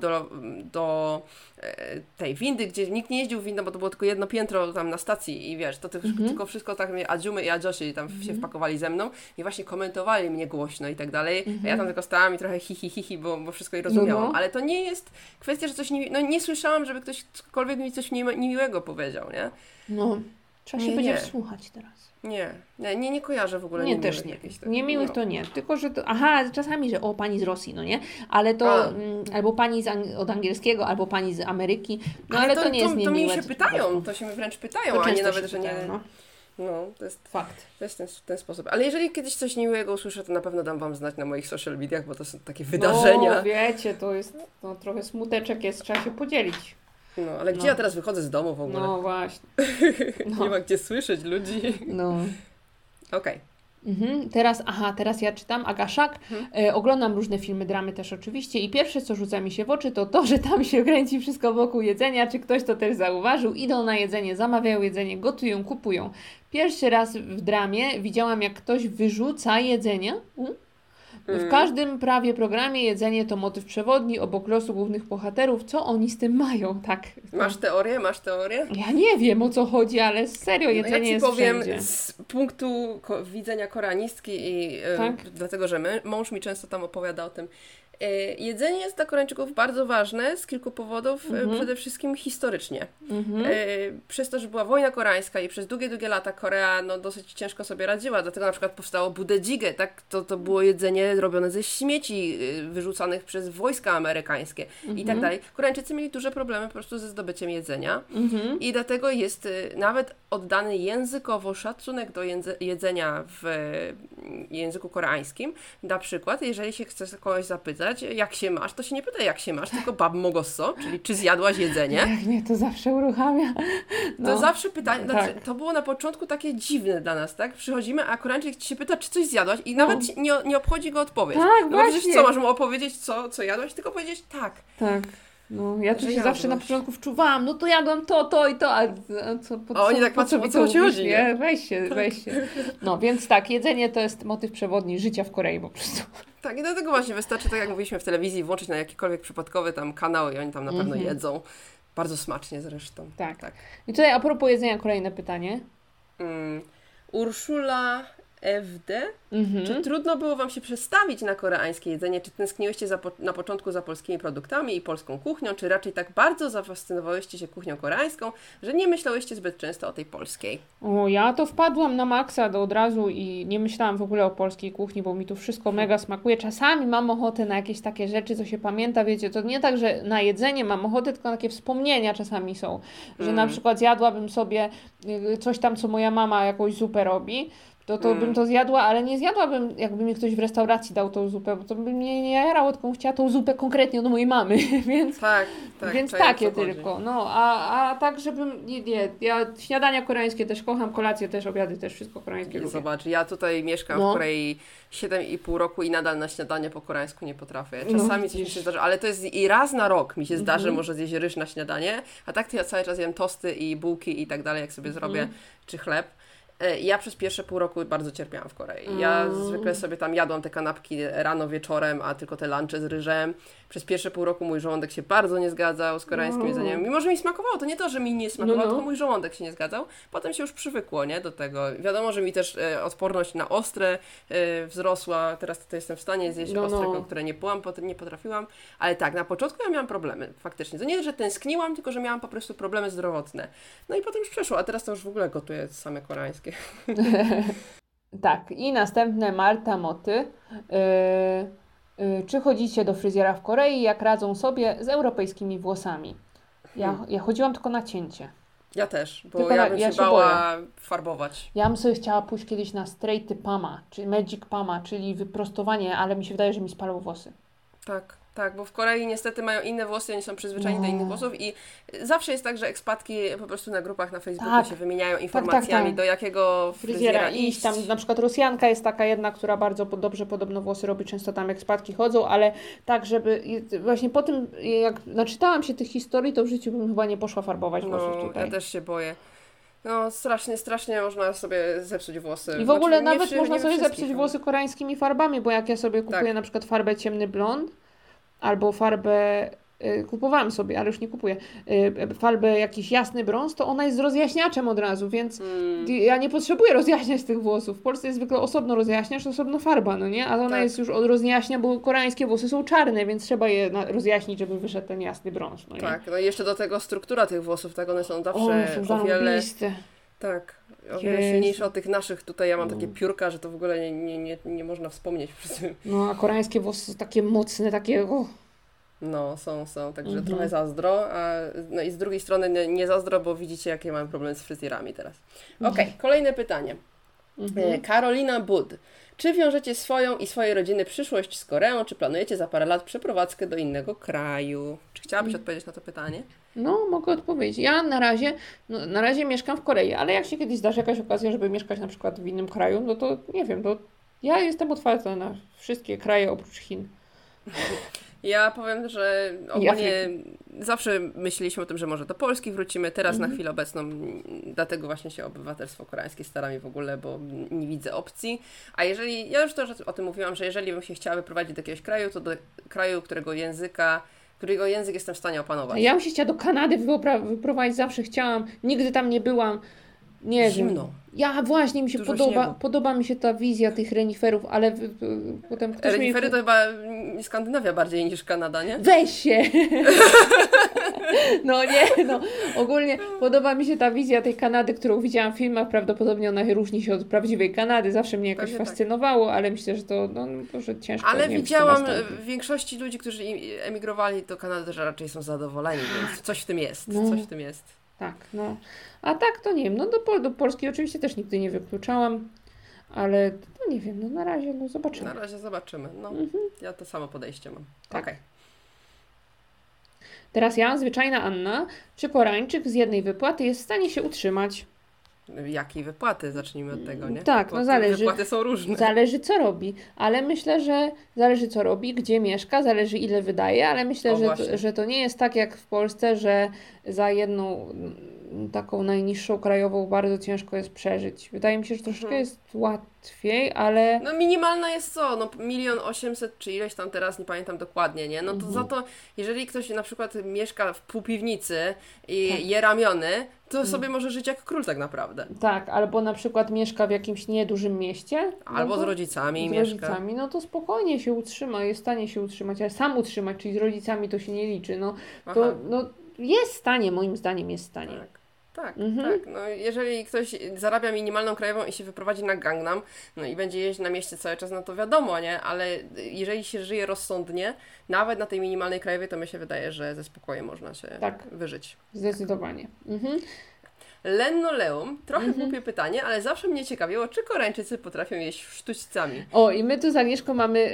do tej windy, gdzie nikt nie jeździł windą, bo to było tylko jedno piętro tam na stacji i wiesz, to tylko wszystko tak mnie adżumy i adżosi tam się wpakowali ze mną i właśnie komentowali mnie głośno i tak dalej. A ja tam tylko stałam i trochę hi, bo wszystko rozumiałam. Ale to nie jest kwestia, że coś nie słyszałam, żeby ktośkolwiek mi coś niemiłego powiedział, nie? No, trzeba się będzie wsłuchać teraz. Nie kojarzę w ogóle niemiłych. Też nie. Niemiłych to nie. Tylko, że czasami, że pani z Rosji, no nie? Ale to albo pani od angielskiego, albo pani z Ameryki. No ale to nie jest niemiłe. To mi się pytają, to się wręcz pytają, a nie nawet, że nie... No, to jest fakt. To jest ten sposób. Ale jeżeli kiedyś coś niemiłego usłyszę, to na pewno dam Wam znać na moich social mediach, bo to są takie wydarzenia. No, wiecie, to jest trochę smuteczek jest, trzeba się podzielić. No, ale gdzie ja teraz wychodzę z domu w ogóle? No właśnie. Nie ma gdzie słyszeć ludzi. No. Okej. Teraz ja czytam Agaszak. Oglądam różne filmy, dramy też oczywiście i pierwsze, co rzuca mi się w oczy, to, że tam się kręci wszystko wokół jedzenia. Czy ktoś to też zauważył? Idą na jedzenie, zamawiają jedzenie, gotują, kupują. Pierwszy raz w dramie widziałam, jak ktoś wyrzuca jedzenie. W każdym prawie programie jedzenie to motyw przewodni obok losu głównych bohaterów. Co oni z tym mają? Tak. Masz teorię? Ja nie wiem, o co chodzi, ale serio, jedzenie jest wszędzie. Ja Ci powiem z punktu widzenia koreanistki i dlatego, że mąż mi często tam opowiada o tym. Jedzenie jest dla Koreańczyków bardzo ważne z kilku powodów, przede wszystkim historycznie. Przez to, że była wojna koreańska i przez długie lata Korea dosyć ciężko sobie radziła, dlatego na przykład powstało budae-jjigae, tak? To było jedzenie robione ze śmieci wyrzucanych przez wojska amerykańskie i tak dalej. Koreańczycy mieli duże problemy po prostu ze zdobyciem jedzenia i dlatego jest nawet oddany językowo szacunek do jedzenia w języku koreańskim. Na przykład, jeżeli się chce kogoś zapytać, jak się masz, to się nie pyta jak się masz, tylko bab mogosso, czyli czy zjadłaś jedzenie. Jak mnie to zawsze uruchamia. To zawsze pytanie, to było na początku takie dziwne dla nas, tak? Przychodzimy, a Koreańczyk ci się pyta, czy coś zjadłaś i nawet nie obchodzi go odpowiedź. Tak, no właśnie. Przecież co, masz mu opowiedzieć, co jadłaś, tylko powiedzieć tak. Tak. No, ja tu się zawsze na początku wczuwałam, no to jadłam to i to, a oni tak patrzą, o co ci chodzi, nie? Weź się. No, więc tak, jedzenie to jest motyw przewodni życia w Korei po prostu. Tak, i dlatego właśnie wystarczy, tak jak mówiliśmy w telewizji, włączyć na jakikolwiek przypadkowy tam kanał i oni tam na pewno jedzą. Bardzo smacznie zresztą. Tak. I tutaj a propos jedzenia kolejne pytanie. Urszula FD. Czy trudno było Wam się przestawić na koreańskie jedzenie? Czy tęskniłyście na początku za polskimi produktami i polską kuchnią? Czy raczej tak bardzo zafascynowałyście się kuchnią koreańską, że nie myślałyście zbyt często o tej polskiej? Ja to wpadłam na maksa od razu i nie myślałam w ogóle o polskiej kuchni, bo mi tu wszystko mega smakuje. Czasami mam ochotę na jakieś takie rzeczy, co się pamięta, wiecie, to nie tak, że na jedzenie mam ochotę, tylko na takie wspomnienia czasami są, że na przykład zjadłabym sobie coś tam, co moja mama jakąś zupę robi, to bym to zjadła, ale nie zjadłabym, jakby mi ktoś w restauracji dał tą zupę, bo to by mnie nie jarało, tylko chciała tą zupę konkretnie od mojej mamy, więc, więc takie tylko. No, a tak, żebym, ja śniadania koreańskie też kocham, kolacje też, obiady też, wszystko koreańskie lubię. Zobacz, ja tutaj mieszkam w Korei 7,5 roku i nadal na śniadanie po koreańsku nie potrafię. Czasami coś mi się zdarzy, ale to jest i raz na rok mi się zdarzy może zjeść ryż na śniadanie, a tak to ja cały czas jem tosty i bułki i tak dalej, jak sobie zrobię, czy chleb. Ja przez pierwsze pół roku bardzo cierpiałam w Korei. Ja zwykle sobie tam jadłam te kanapki rano, wieczorem, a tylko te lunche z ryżem. Przez pierwsze pół roku mój żołądek się bardzo nie zgadzał z koreańskim jedzeniem. Mimo, że mi smakowało, to nie to, że mi nie smakowało, tylko mój żołądek się nie zgadzał. Potem się już przywykło, nie, do tego. Wiadomo, że mi też odporność na ostre wzrosła. Teraz to jestem w stanie zjeść ostrego, które nie potrafiłam. Ale tak, na początku ja miałam problemy, faktycznie. To nie, że tęskniłam, tylko że miałam po prostu problemy zdrowotne. No i potem już przeszło, a teraz to już w ogóle gotuję same koreańskie. Tak, i następne Marta Moty. Czy chodzicie do fryzjera w Korei? Jak radzą sobie z europejskimi włosami? Ja chodziłam tylko na cięcie. Ja też, bo ja bym się bała farbować. Ja bym sobie chciała pójść kiedyś na straighty pama, czyli magic pama, czyli wyprostowanie, ale mi się wydaje, że mi spalą włosy. Tak, bo w Korei niestety mają inne włosy, oni są przyzwyczajeni do innych włosów i zawsze jest tak, że ekspatki po prostu na grupach na Facebooku się wymieniają informacjami, do jakiego fryzjera iść. Tam na przykład Rosjanka jest taka jedna, która bardzo dobrze podobno włosy robi, często tam ekspatki chodzą, ale tak, żeby właśnie po tym, jak naczytałam się tych historii, to w życiu bym chyba nie poszła farbować włosów tutaj. Ja też się boję. No strasznie można sobie zepsuć włosy. I w ogóle nawet można sobie zepsuć włosy koreańskimi farbami, bo jak ja sobie kupuję na przykład farbę ciemny blond, albo farbę, kupowałam sobie, ale już nie kupuję, farbę jakiś jasny brąz, to ona jest z rozjaśniaczem od razu, więc ja nie potrzebuję rozjaśniać tych włosów. W Polsce jest zwykle osobno rozjaśniacz, osobno farba, no nie? A ona jest już od rozjaśnia, bo koreańskie włosy są czarne, więc trzeba je rozjaśnić, żeby wyszedł ten jasny brąz. No nie? Tak, no i jeszcze do tego struktura tych włosów, tak, one są zawsze o wiele... Tak, o wiele silniejsze od tych naszych. Tutaj ja mam takie piórka, że to w ogóle nie można wspomnieć przy tym. No, a koreańskie włosy są takie mocne, takie... No, są, także trochę zazdro. No i z drugiej strony nie zazdro, bo widzicie, jakie mam problemy z fryzjerami teraz. Okej, kolejne pytanie. Karolina Bud. Czy wiążecie swoją i swojej rodziny przyszłość z Koreą, czy planujecie za parę lat przeprowadzkę do innego kraju? Czy chciałabyś odpowiedzieć na to pytanie? No, mogę odpowiedzieć. Ja na razie mieszkam w Korei, ale jak się kiedyś zdarzy jakaś okazja, żeby mieszkać na przykład w innym kraju, no to nie wiem, ja jestem otwarta na wszystkie kraje oprócz Chin. Ja powiem, że ogólnie zawsze myśleliśmy o tym, że może do Polski wrócimy. Teraz na chwilę obecną, dlatego właśnie się o obywatelstwo koreańskie staram w ogóle, bo nie widzę opcji. A jeżeli, ja już też o tym mówiłam, że jeżeli bym się chciała wyprowadzić do jakiegoś kraju, to do kraju, którego język jestem w stanie opanować. Ja bym się chciała do Kanady wyprowadzić, zawsze chciałam, nigdy tam nie byłam. Nie Zimno. Wiem. Ja właśnie mi się podoba mi się ta wizja tych reniferów, ale potem ktoś renifery to chyba Skandynawia bardziej niż Kanada, nie? Weź się! Ogólnie podoba mi się ta wizja tej Kanady, którą widziałam w filmach, prawdopodobnie ona różni się od prawdziwej Kanady, zawsze mnie jakoś fascynowało, ale myślę, że to że ciężko. Ale widziałam w większości ludzi, którzy emigrowali do Kanady, że raczej są zadowoleni, więc coś w tym jest, Tak, no. A tak to nie wiem, do Polski oczywiście też nigdy nie wykluczałam, ale nie wiem, na razie zobaczymy. Na razie zobaczymy, ja to samo podejście mam. Tak. Okay. Teraz ja, zwyczajna Anna, czy Koreańczyk z jednej wypłaty jest w stanie się utrzymać? jakiej wypłaty, zacznijmy od tego, nie? Tak, bo zależy. Wypłaty są różne. Zależy co robi, ale myślę, że zależy co robi, gdzie mieszka, zależy ile wydaje, ale myślę, że to nie jest tak jak w Polsce, że za jedną taką najniższą krajową bardzo ciężko jest przeżyć. Wydaje mi się, że troszkę jest łatwiej, ale... No minimalna jest co? No 1 800 000 czy ileś tam teraz, nie pamiętam dokładnie, nie? No to za to, jeżeli ktoś na przykład mieszka w półpiwnicy i je ramiony, to sobie może żyć jak król tak naprawdę. Tak, albo na przykład mieszka w jakimś niedużym mieście. Albo z rodzicami mieszka. Rodzicami, no to spokojnie się utrzyma, jest w stanie się utrzymać, ale sam utrzymać, czyli z rodzicami to się nie liczy. No to jest w stanie, moim zdaniem jest w stanie. Tak, tak. No, jeżeli ktoś zarabia minimalną krajową i się wyprowadzi na Gangnam, no i będzie jeździć na mieście cały czas, no to wiadomo, nie? Ale jeżeli się żyje rozsądnie, nawet na tej minimalnej krajowej, to mi się wydaje, że ze spokojem można się wyżyć. Zdecydowanie. Lennoleum, trochę głupie pytanie, ale zawsze mnie ciekawiło, czy Koreańczycy potrafią jeść sztućcami. O, i my tu z Agnieszką mamy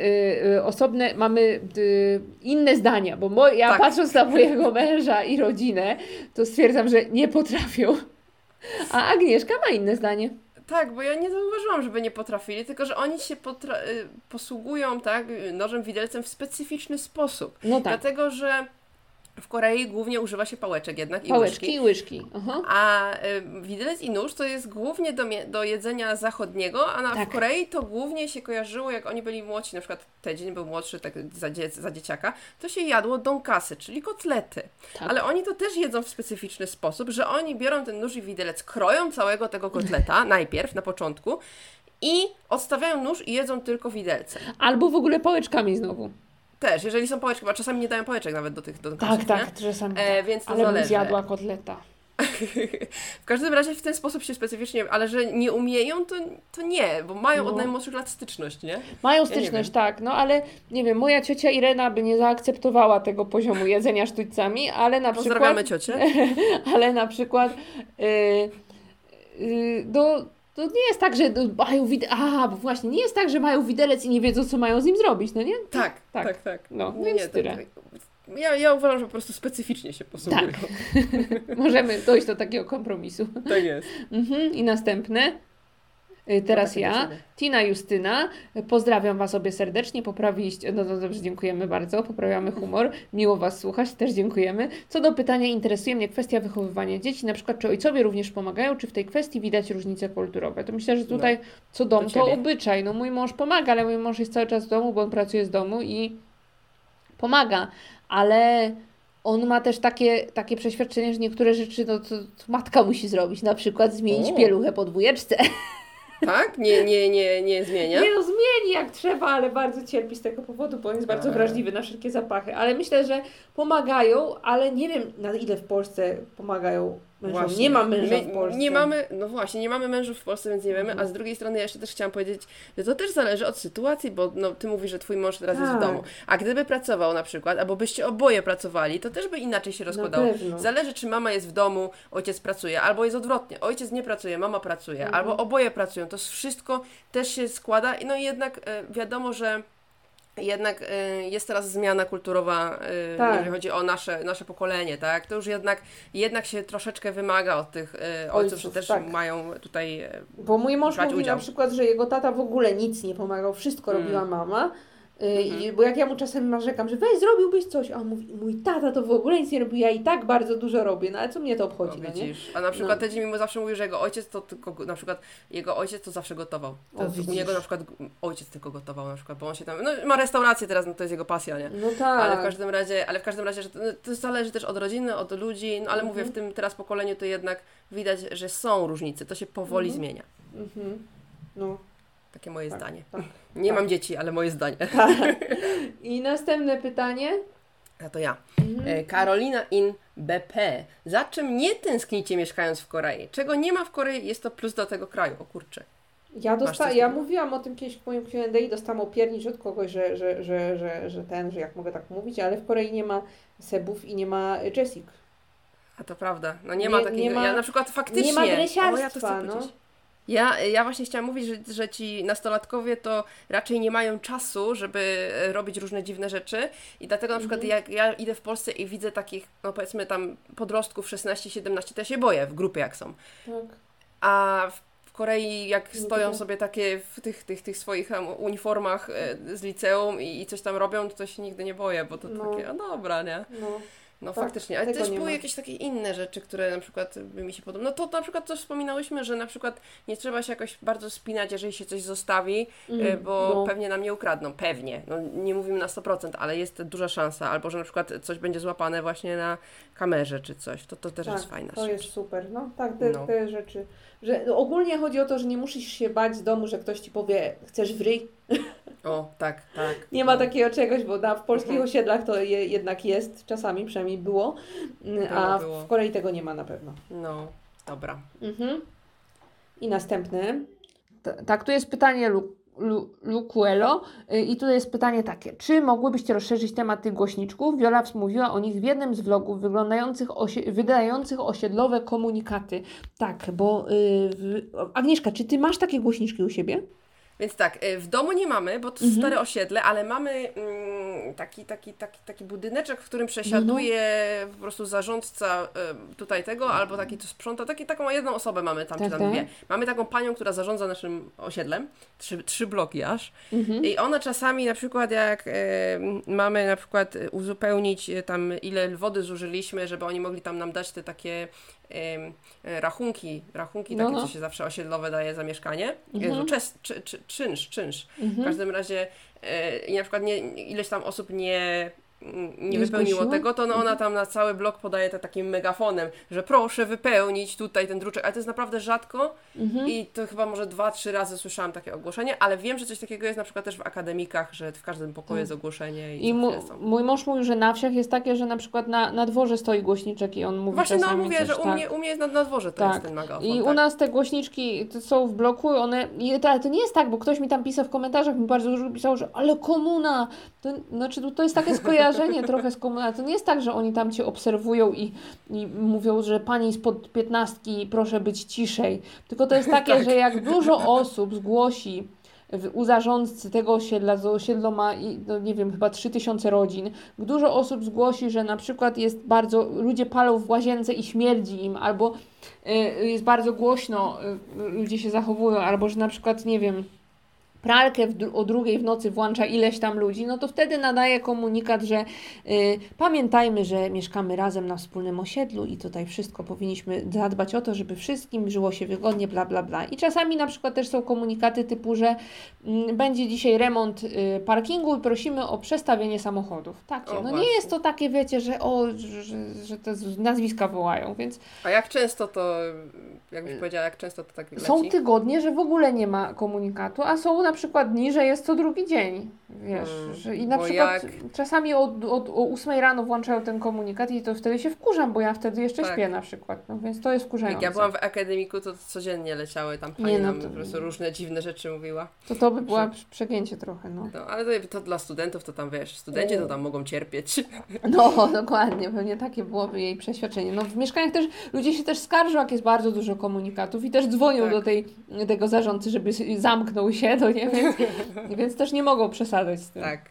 inne zdania, bo ja patrząc na mojego męża i rodzinę, to stwierdzam, że nie potrafią. A Agnieszka ma inne zdanie. Tak, bo ja nie zauważyłam, żeby nie potrafili, tylko że oni się posługują nożem widelcem w specyficzny sposób. No tak. Dlatego, że w Korei głównie używa się pałeczek jednak Pałeczki i łyżki. A widelec i nóż to jest głównie do jedzenia zachodniego, a w Korei to głównie się kojarzyło, jak oni byli młodsi, na przykład Tedzin był młodszy tak za dzieciaka, to się jadło donkasy, czyli kotlety. Tak. Ale oni to też jedzą w specyficzny sposób, że oni biorą ten nóż i widelec, kroją całego tego kotleta najpierw, na początku i odstawiają nóż i jedzą tylko widelcem. Albo w ogóle pałeczkami znowu. Też, jeżeli są pałeczki, bo czasami nie dają pałeczek nawet do tych donkasów, Tak, czasami więc to ale zależy. bym zjadła kotleta. W każdym razie w ten sposób się specyficznie, ale że nie umieją, to nie, bo mają od najmłodszych lat styczność, nie? Mają styczność, tak, no ale nie wiem, moja ciocia Irena by nie zaakceptowała tego poziomu jedzenia sztućcami, ale na Pozdrawiamy ciocię. Ale na przykład to nie jest tak, że mają bo właśnie, nie jest tak, że mają widelec i nie wiedzą, co mają z nim zrobić, no nie? Tak. No, więc tyle. Ja uważam, że po prostu specyficznie się posługują. Tak. Możemy dojść do takiego kompromisu. Tak jest. I następne. Teraz ja, Tina Justyna, pozdrawiam Was obie serdecznie, poprawiliście, no dobrze, dziękujemy bardzo, poprawiamy humor, miło Was słuchać, też dziękujemy. Co do pytania, interesuje mnie kwestia wychowywania dzieci, na przykład czy ojcowie również pomagają, czy w tej kwestii widać różnice kulturowe? To myślę, że tutaj co dom, to obyczaj, no mój mąż pomaga, ale mój mąż jest cały czas w domu, bo on pracuje z domu i pomaga, ale on ma też takie przeświadczenie, że niektóre rzeczy to matka musi zrobić, na przykład zmienić pieluchę po 2. Tak? Nie zmienia? Nie, zmieni jak trzeba, ale bardzo cierpi z tego powodu, bo on jest bardzo wrażliwy na wszelkie zapachy. Ale myślę, że pomagają, ale nie wiem, na ile w Polsce pomagają mężom. Właśnie. Nie ma męża w Polsce. Nie mamy mężów w Polsce, więc nie wiemy, a z drugiej strony ja jeszcze też chciałam powiedzieć, że to też zależy od sytuacji, bo Ty mówisz, że Twój mąż teraz jest w domu, a gdyby pracował na przykład, albo byście oboje pracowali, to też by inaczej się rozkładało. Zależy, czy mama jest w domu, ojciec pracuje, albo jest odwrotnie, ojciec nie pracuje, mama pracuje, albo oboje pracują, to wszystko też się składa i jednak wiadomo, że jednak jest teraz zmiana kulturowa, jeżeli chodzi o nasze pokolenie, tak? To już jednak się troszeczkę wymaga od tych ojców, że też mają tutaj bo mój mąż mówi udział. Na przykład, że jego tata w ogóle nic nie pomagał, wszystko robiła mama. Bo jak ja mu czasem narzekam, że weź zrobiłbyś coś, a on mówi, mój tata to w ogóle nic nie robi, ja i tak bardzo dużo robię, no ale co mnie to obchodzi, no nie? A na przykład Tedzi mi zawsze mówił, że jego ojciec to zawsze gotował. U niego na przykład ojciec tylko gotował na przykład, bo on się tam, ma restaurację teraz, to jest jego pasja, nie? No tak. Ale w każdym razie, że to zależy też od rodziny, od ludzi, ale mówię, w tym teraz pokoleniu to jednak widać, że są różnice, to się powoli zmienia. No. Takie moje zdanie. Nie mam dzieci, ale moje zdanie. I następne pytanie. A to ja. Karolina in BP. Za czym nie tęsknicie mieszkając w Korei? Czego nie ma w Korei, jest to plus do tego kraju. O kurczę. Ja mówiłam o tym kiedyś w moim Q&A, dostałam opiernicz od kogoś, że jak mogę tak mówić, ale w Korei nie ma Sebów i nie ma Jessic. A to prawda. No nie ma takiego. Ja na przykład faktycznie. Nie ma dresiarstwa, Ja właśnie chciałam mówić, że ci nastolatkowie to raczej nie mają czasu, żeby robić różne dziwne rzeczy i dlatego na przykład jak ja idę w Polsce i widzę takich, powiedzmy tam podrostków 16-17, to ja się boję w grupie jak są. Tak. a w Korei jak stoją sobie takie w tych swoich uniformach z liceum i coś tam robią, to się nigdy nie boję, bo to takie, dobra, nie? No tak, faktycznie, ale też były jakieś takie inne rzeczy, które na przykład by mi się podobały. No to na przykład też wspominałyśmy, że na przykład nie trzeba się jakoś bardzo spinać, jeżeli się coś zostawi, bo pewnie nam nie ukradną. Pewnie. No, nie mówimy na 100%, ale jest duża szansa. Albo, że na przykład coś będzie złapane właśnie na kamerze czy coś. To też jest fajna rzecz. To jest super. No tak, te rzeczy. Że ogólnie chodzi o to, że nie musisz się bać z domu, że ktoś ci powie, chcesz w ryj? O, tak. Nie ma takiego czegoś, bo w polskich osiedlach to jednak jest, czasami przynajmniej było, a w Korei tego nie ma na pewno. No, dobra. I następny. Tak, tu jest pytanie Lukuelo i tutaj jest pytanie takie. Czy mogłybyście rozszerzyć temat tych głośniczków? Wiola mówiła o nich w jednym z vlogów wydających osiedlowe komunikaty. Tak, bo Agnieszka, czy ty masz takie głośniczki u siebie? Więc tak, w domu nie mamy, bo to stare osiedle, ale mamy taki budyneczek, w którym przesiaduje po prostu zarządca tutaj tego, albo taki, co sprząta, taką jedną osobę mamy tam, czy tam dwie. Mamy taką panią, która zarządza naszym osiedlem, trzy bloki aż. I ona czasami na przykład jak mamy na przykład uzupełnić tam, ile wody zużyliśmy, żeby oni mogli tam nam dać te takie rachunki takie, co się zawsze osiedlowe daje za mieszkanie. Czynsz. W każdym razie i na przykład ileś tam osób nie wypełniło tego, to ona tam na cały blok podaje to takim megafonem, że proszę wypełnić tutaj ten druczek, ale to jest naprawdę rzadko i to chyba może 2-3 razy słyszałam takie ogłoszenie, ale wiem, że coś takiego jest na przykład też w akademikach, że w każdym pokoju jest ogłoszenie. I mój mąż mówił, że na wsiach jest takie, że na przykład na dworze stoi głośniczek i on mówi właśnie, czasami mówię, że u mnie jest na dworze to jest ten megafon. I u nas te głośniczki są w bloku, ale to nie jest tak, bo ktoś mi tam pisał w komentarzach, mi bardzo dużo pisał, że ale komuna, to jest takie skojarzenie trochę z komuną. To nie jest tak, że oni tam Cię obserwują i mówią, że pani spod 15 proszę być ciszej. Tylko to jest takie, że jak dużo osób zgłosi u zarządcy tego osiedla, to osiedlo ma, nie wiem, chyba 3000 rodzin, dużo osób zgłosi, że na przykład ludzie palą w łazience i śmierdzi im, albo jest bardzo głośno, ludzie się zachowują, albo że na przykład, nie wiem, pralkę o 2:00 w nocy włącza ileś tam ludzi, no to wtedy nadaje komunikat, że pamiętajmy, że mieszkamy razem na wspólnym osiedlu i tutaj wszystko powinniśmy zadbać o to, żeby wszystkim żyło się wygodnie, bla, bla, bla. I czasami na przykład też są komunikaty typu, że będzie dzisiaj remont parkingu i prosimy o przestawienie samochodów. Takie. Nie jest to takie, wiecie, że te nazwiska wołają, więc... A jak często to, jakbyś powiedziała, jak często to tak leci? Są tygodnie, że w ogóle nie ma komunikatu, a są na przykład dni, że jest co drugi dzień, wiesz, i na przykład czasami o 8:00 rano włączają ten komunikat i to wtedy się wkurzam, bo ja wtedy jeszcze śpię na przykład, więc to jest wkurzające. Jak ja byłam w akademiku, to codziennie leciały tam pani nam po prostu różne dziwne rzeczy mówiła. To by była przegięcie trochę, ale to dla studentów, to tam wiesz, studenci to tam mogą cierpieć. No, dokładnie, pewnie takie byłoby jej przeświadczenie. No w mieszkaniach też, ludzie się też skarżą, jak jest bardzo dużo komunikatów i też dzwonią do tego zarządcy, żeby zamknął się, więc też nie mogą przesadzać z tym. Tak.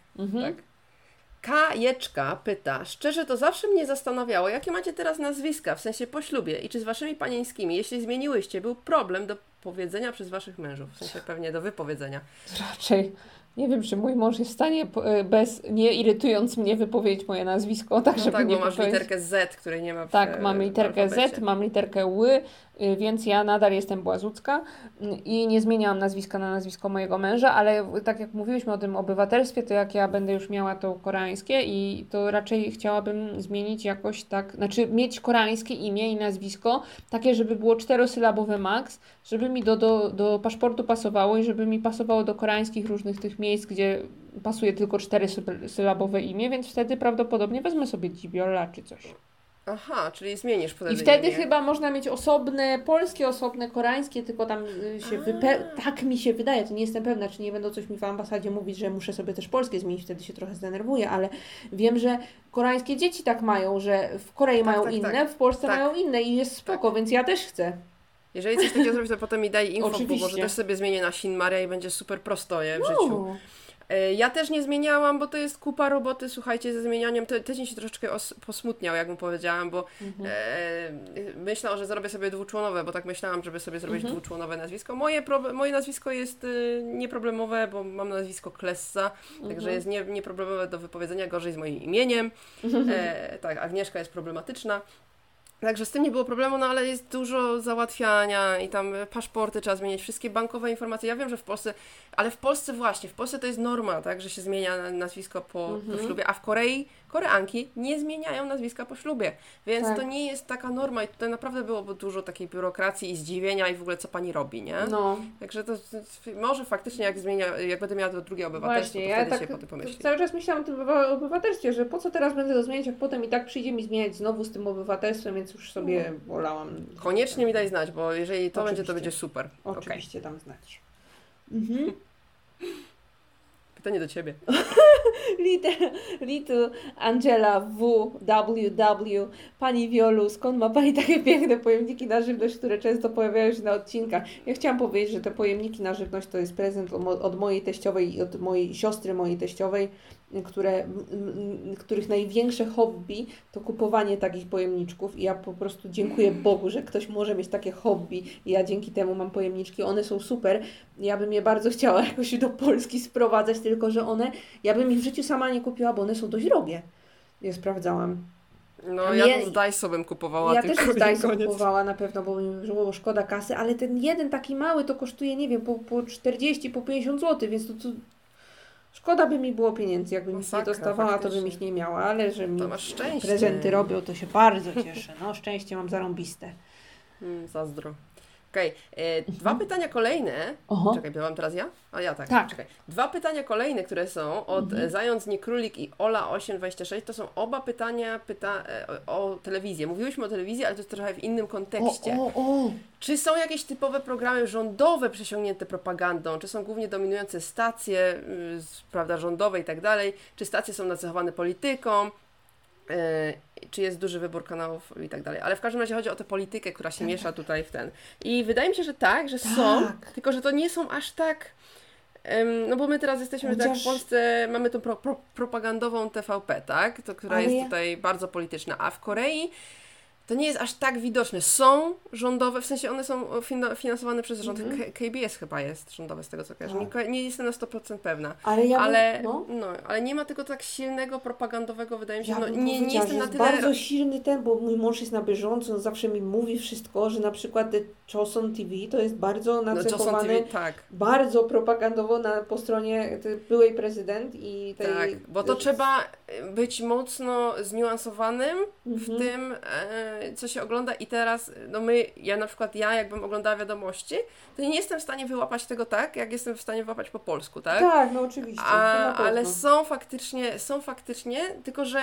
Kajeczka pyta, szczerze to zawsze mnie zastanawiało, jakie macie teraz nazwiska, w sensie po ślubie i czy z waszymi panieńskimi, jeśli zmieniłyście, był problem do powiedzenia przez waszych mężów, w sensie pewnie do wypowiedzenia. Raczej. Nie wiem, czy mój mąż jest w stanie nie irytując mnie wypowiedzieć moje nazwisko, tak żeby nie bo masz literkę Z, której nie ma w Tak, mam literkę Z, mam literkę Ły, więc ja nadal jestem Błazucka i nie zmieniałam nazwiska na nazwisko mojego męża, ale tak jak mówiliśmy o tym obywatelstwie, to jak ja będę już miała to koreańskie i to raczej chciałabym zmienić jakoś tak, znaczy mieć koreańskie imię i nazwisko, takie, żeby było 4-sylabowe max, żeby mi do paszportu pasowało i żeby mi pasowało do koreańskich różnych tych miejsc, gdzie pasuje tylko 4-sylabowe imię, więc wtedy prawdopodobnie wezmę sobie Dzibiola czy coś. Aha, czyli zmienisz wtedy. I wtedy chyba można mieć osobne polskie, osobne koreańskie, tylko tam się tak mi się wydaje, to nie jestem pewna, czy nie będą coś mi w ambasadzie mówić, że muszę sobie też polskie zmienić, wtedy się trochę zdenerwuję, ale wiem, że koreańskie dzieci tak mają, że w Korei mają inne, w Polsce mają inne i jest spoko, więc ja też chcę. Jeżeli coś takiego zrobić, to potem mi daj info, bo może też sobie zmienię na Shin Maria i będzie super prosto w życiu. Ja też nie zmieniałam, bo to jest kupa roboty, słuchajcie, ze zmienianiem. Tydzień się troszeczkę posmutniał, jak mu powiedziałam, bo myślałam, że zrobię sobie dwuczłonowe, bo tak myślałam, żeby sobie zrobić dwuczłonowe nazwisko. Moje nazwisko jest nieproblemowe, bo mam nazwisko Klessa, także jest nieproblemowe do wypowiedzenia, gorzej z moim imieniem. Tak, Agnieszka jest problematyczna. Także z tym nie było problemu, no ale jest dużo załatwiania i tam paszporty trzeba zmieniać, wszystkie bankowe informacje. Ja wiem, że w Polsce, ale w Polsce właśnie, w Polsce to jest norma, tak, że się zmienia nazwisko po ślubie, a w Korei Koreanki nie zmieniają nazwiska po ślubie, więc to nie jest taka norma i tutaj naprawdę byłoby dużo takiej biurokracji i zdziwienia i w ogóle co pani robi, nie? No. Także to może faktycznie jak będę miała to drugie obywatelstwo, właśnie, to wtedy się potem pomyśli. Cały czas myślałam o tym obywatelstwie, że po co teraz będę to zmieniać, jak potem i tak przyjdzie mi zmieniać znowu z tym obywatelstwem, więc już sobie wolałam. Koniecznie mi daj znać, bo jeżeli to będzie, to będzie super. Oczywiście dam znać. Pytanie do Ciebie. Little Angela WWW. Pani Wiolu, skąd ma Pani takie piękne pojemniki na żywność, które często pojawiają się na odcinkach? Ja chciałam powiedzieć, że te pojemniki na żywność to jest prezent od mojej teściowej i od mojej siostry, mojej teściowej, których największe hobby to kupowanie takich pojemniczków i ja po prostu dziękuję Bogu, że ktoś może mieć takie hobby i ja dzięki temu mam pojemniczki, one są super, ja bym je bardzo chciała jakoś do Polski sprowadzać, tylko że ja bym ich w życiu sama nie kupiła, bo one są dość drogie, je sprawdzałam. No ja to z Daiso bym kupowała. Ja też z Daiso kupowała na pewno, bo mi było szkoda kasy, ale ten jeden taki mały to kosztuje, nie wiem, po 40, po 50 zł, więc to szkoda by mi było pieniędzy, jakbym ich nie dostawała, to bym ich nie miała, ale że mi prezenty robią, to się bardzo cieszę. No, szczęście mam zarąbiste. Zazdro. Okej, dwa pytania kolejne. Czekaj, byłam teraz ja? A ja tak. Czekaj. Dwa pytania kolejne, które są od Zając Nie Królik i Ola826, to są oba pytania o telewizję. Mówiłyśmy o telewizji, ale to jest trochę w innym kontekście. Czy są jakieś typowe programy rządowe przesiągnięte propagandą? Czy są głównie dominujące stacje, prawda, rządowe i tak dalej? Czy stacje są nacechowane polityką? Czy jest duży wybór kanałów i tak dalej. Ale w każdym razie chodzi o tę politykę, która się miesza tutaj w ten. I wydaje mi się, że że są, tylko że to nie są aż tak, no bo my teraz jesteśmy, tak w Polsce mamy tą propagandową TVP, tak? Która jest tutaj bardzo polityczna, a w Korei to nie jest aż tak widoczne. Są rządowe, w sensie one są finansowane przez rząd. KBS chyba jest rządowe, z tego co kojarzę. Nie jestem na 100% pewna. Ale nie ma tego tak silnego propagandowego, wydaje mi się. Nie jestem na tyle... bardzo silny bo mój mąż jest na bierząco, on zawsze mi mówi wszystko, że na przykład Chosun TV to jest bardzo nacechowany, bardzo propagandowo po stronie tej prezydent i tej... Tak, bo to trzeba być mocno zniuansowanym w tym, co się ogląda i teraz, jakbym oglądała wiadomości, to nie jestem w stanie wyłapać tego tak, jak jestem w stanie wyłapać po polsku, tak? Tak, no oczywiście. Ale są faktycznie, tylko że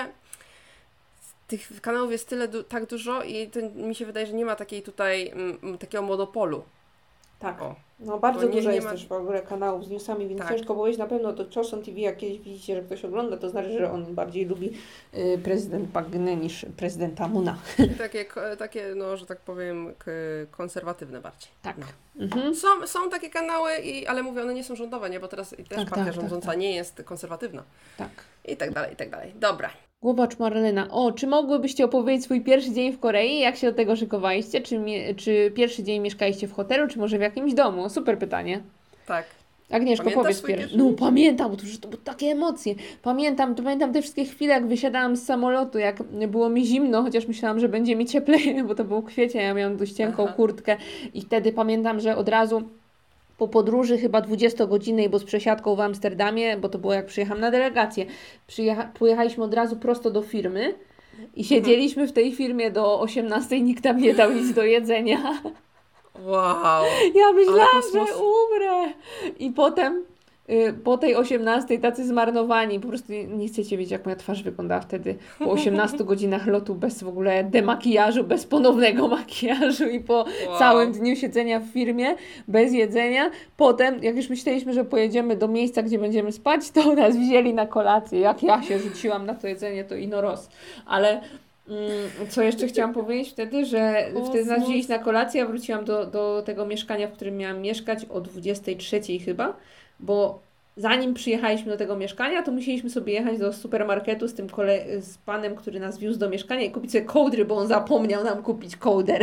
tych kanałów jest tak dużo i mi się wydaje, że nie ma takiego monopolu. Tak. Bardzo dużo jest też w ogóle kanałów z newsami, więc ciężko było iść. Na pewno to Chosun TV, jak kiedyś widzicie, że ktoś ogląda, to znaczy, że on bardziej lubi prezydent Park Geun-hye niż prezydenta Moona. Takie, że tak powiem, konserwatywne bardziej. Tak. Są takie kanały, ale mówię, one nie są rządowe, nie? Bo teraz też partia rządząca nie jest konserwatywna. Tak. I tak dalej, i tak dalej. Dobra. Głowacz Marlena. Czy mogłybyście opowiedzieć swój pierwszy dzień w Korei? Jak się do tego szykowaliście? Czy pierwszy dzień mieszkaliście w hotelu, czy może w jakimś domu? Super pytanie. Tak. Agnieszko, powiedz pierwszy. No pamiętam, bo to były takie emocje. Pamiętam te wszystkie chwile, jak wysiadałam z samolotu, jak było mi zimno, chociaż myślałam, że będzie mi cieplej, bo to był kwiecień, ja miałam dość cienką kurtkę i wtedy pamiętam, że od razu po podróży chyba 20-godzinnej, bo z przesiadką w Amsterdamie, bo to było jak przyjechałam na delegację, pojechaliśmy od razu prosto do firmy i siedzieliśmy w tej firmie do 18:00, nikt tam nie dał nic do jedzenia. Wow! Ja myślałam, że umrę. I potem po tej 18:00 tacy zmarnowani, po prostu nie chcecie wiedzieć, jak moja twarz wyglądała wtedy po 18 godzinach lotu bez w ogóle demakijażu, bez ponownego makijażu i po całym dniu siedzenia w firmie bez jedzenia. Potem, jak już myśleliśmy, że pojedziemy do miejsca, gdzie będziemy spać, to nas wzięli na kolację. Jak ja się rzuciłam na to jedzenie, to ino roz. Ale co jeszcze chciałam powiedzieć wtedy, że wtedy nas wzięli na kolację, ja wróciłam do tego mieszkania, w którym miałam mieszkać o 23:00 chyba, bo zanim przyjechaliśmy do tego mieszkania, to musieliśmy sobie jechać do supermarketu z panem, który nas wiózł do mieszkania i kupić sobie kołdry, bo on zapomniał nam kupić kołder.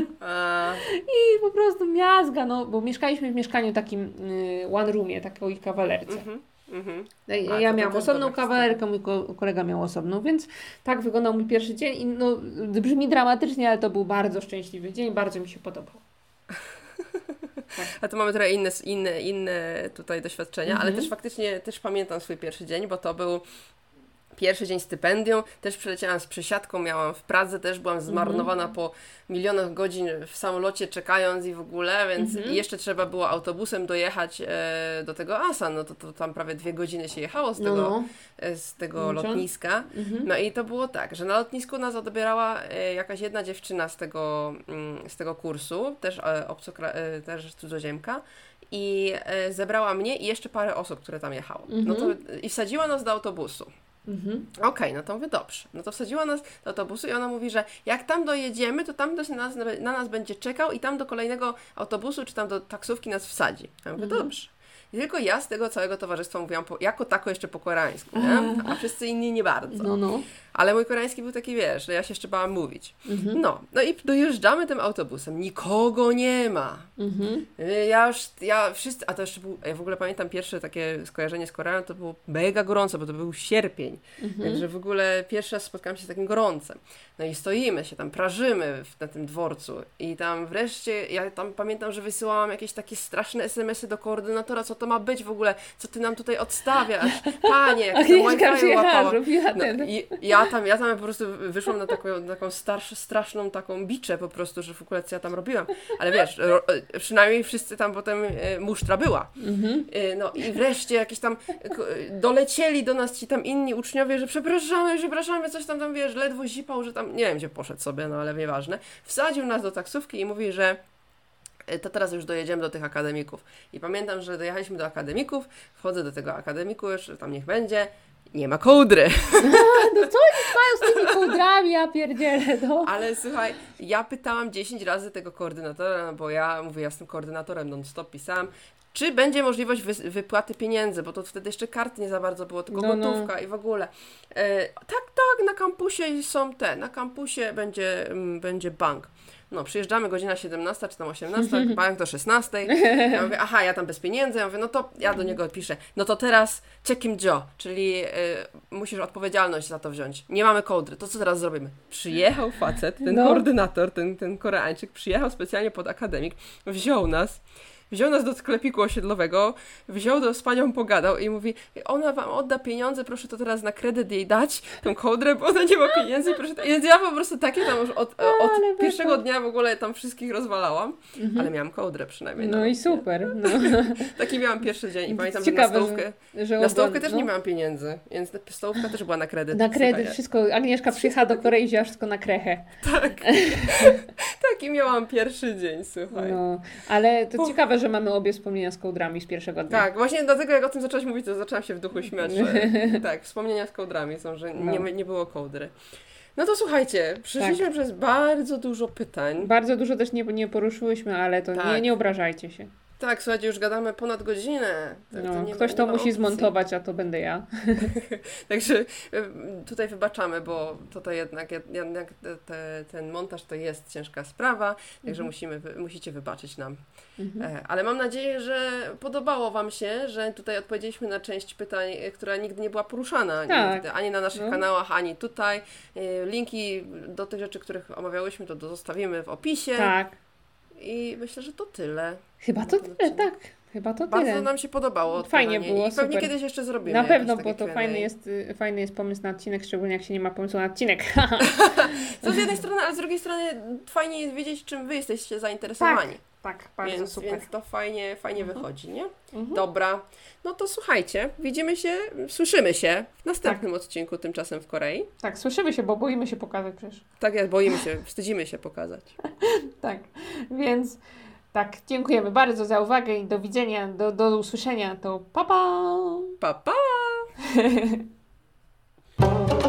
I po prostu miazga, no, bo mieszkaliśmy w mieszkaniu takim one roomie, takiej kawalerce. Ja miałam osobną kawalerkę, mój kolega miał osobną, więc tak wyglądał mój pierwszy dzień i no, brzmi dramatycznie, ale to był bardzo szczęśliwy dzień, bardzo mi się podobał. Tak. A to mamy trochę inne tutaj doświadczenia, ale też faktycznie pamiętam swój pierwszy dzień, bo to był pierwszy dzień stypendium, też przyleciałam z przesiadką, miałam w Pradze, też byłam zmarnowana po milionach godzin w samolocie czekając i w ogóle, więc jeszcze trzeba było autobusem dojechać do tego ASA, no to tam prawie 2 godziny się jechało z tego lotniska. No i to było tak, że na lotnisku nas odbierała jakaś jedna dziewczyna z tego kursu, też cudzoziemka, i zebrała mnie i jeszcze parę osób, które tam jechało. No to i wsadziła nas do autobusu. Okej, no to mówię, dobrze. No to wsadziła nas do autobusu i ona mówi, że jak tam dojedziemy, to tam ktoś na nas będzie czekał i tam do kolejnego autobusu czy tam do taksówki nas wsadzi. Ja mówię, dobrze. I tylko ja z tego całego towarzystwa mówiłam jako tako jeszcze po koreańsku, nie? A wszyscy inni nie bardzo. Ale mój koreański był taki, wiesz, że ja się jeszcze bałam mówić. No i dojeżdżamy tym autobusem, nikogo nie ma. Wszyscy, a to jeszcze był, ja w ogóle pamiętam pierwsze takie skojarzenie z Koreą, to było mega gorąco, bo to był sierpień. Także w ogóle pierwszy raz spotkałam się z takim gorącem. No i stoimy się tam, prażymy na tym dworcu i tam wreszcie, ja tam pamiętam, że wysyłałam jakieś takie straszne SMS-y do koordynatora, co to ma być w ogóle, co ty nam tutaj odstawiasz, panie, jak to Wi-Fi łapała. No, i ja tam po prostu wyszłam na taką straszną taką biczę po prostu, że w ogóle co ja tam robiłam. Ale wiesz, przynajmniej wszyscy tam potem musztra była. No i wreszcie jakieś tam dolecieli do nas ci tam inni uczniowie, że przepraszamy, coś tam wiesz, ledwo zipał, że tam, nie wiem gdzie poszedł sobie, no ale nieważne. Wsadził nas do taksówki i mówi, że to teraz już dojedziemy do tych akademików. I pamiętam, że dojechaliśmy do akademików, wchodzę do tego akademiku, jeszcze tam niech będzie, nie ma kołdry. No co oni mają z tymi kołdrami, ja pierdzielę, no. Ale słuchaj, ja pytałam 10 razy tego koordynatora, no bo ja mówię, ja z tym koordynatorem non-stop pisałam, czy będzie możliwość wypłaty pieniędzy, bo to wtedy jeszcze kart nie za bardzo było, tylko gotówka i w ogóle. Tak, na kampusie są na kampusie będzie bank. No, przyjeżdżamy godzina 17 czy tam 18, bank do 16. Ja mówię, ja tam bez pieniędzy. Ja mówię, no to ja do niego piszę, no to teraz 책임져, czyli musisz odpowiedzialność za to wziąć. Nie mamy kołdry, to co teraz zrobimy? Przyjechał facet, ten koordynator, ten Koreańczyk, przyjechał specjalnie pod akademik, wziął nas do sklepiku osiedlowego, z panią pogadał i mówi, ona wam odda pieniądze, proszę to teraz na kredyt jej dać, tą kołdrę, bo ona nie ma pieniędzy, proszę. Więc ja po prostu takie tam już od pierwszego dnia w ogóle tam wszystkich rozwalałam, ale miałam kołdrę przynajmniej. No i super. No. Taki miałam pierwszy dzień i pamiętam, ciekawe, że na stołówkę też nie miałam pieniędzy, więc stołówka też była na kredyt. Na kredyt, wszystko. Agnieszka przyjechała do Korei i wzięła wszystko na krechę. Tak. Taki miałam pierwszy dzień, słuchaj. No, ale to ciekawe, że mamy obie wspomnienia z kołdrami z pierwszego dnia. Tak, właśnie dlatego jak o tym zaczęłaś mówić, to zaczęłam się w duchu śmiać, że tak, wspomnienia z kołdrami są, że nie było kołdry. No to słuchajcie, przeszliśmy przez bardzo dużo pytań. Bardzo dużo też nie poruszyłyśmy, ale to nie obrażajcie się. Tak, słuchajcie, już gadamy ponad godzinę. Ktoś to musi zmontować, a to będę ja. Także tutaj wybaczamy, bo tutaj jednak ten montaż to jest ciężka sprawa, także musicie wybaczyć nam. Ale mam nadzieję, że podobało wam się, że tutaj odpowiedzieliśmy na część pytań, która nigdy nie była poruszana. Nigdy, ani na naszych kanałach, ani tutaj. Linki do tych rzeczy, których omawiałyśmy, to zostawimy w opisie. Tak. I myślę, że to tyle. Chyba to tyle, tak. Chyba to tyle. Bardzo nam się podobało. Fajnie było, i pewnie kiedyś jeszcze zrobimy. Na pewno, bo to fajny jest pomysł na odcinek, szczególnie jak się nie ma pomysłu na odcinek. Co z jednej strony, ale z drugiej strony fajnie jest wiedzieć, czym wy jesteście zainteresowani. Tak, bardzo super. Więc to fajnie wychodzi, nie? Dobra. No to słuchajcie, słyszymy się w następnym odcinku Tymczasem w Korei. Tak, słyszymy się, bo boimy się pokazać przecież. Tak jest, wstydzimy się pokazać. Tak, więc tak, dziękujemy bardzo za uwagę i do widzenia, do usłyszenia. To pa pa! Pa pa!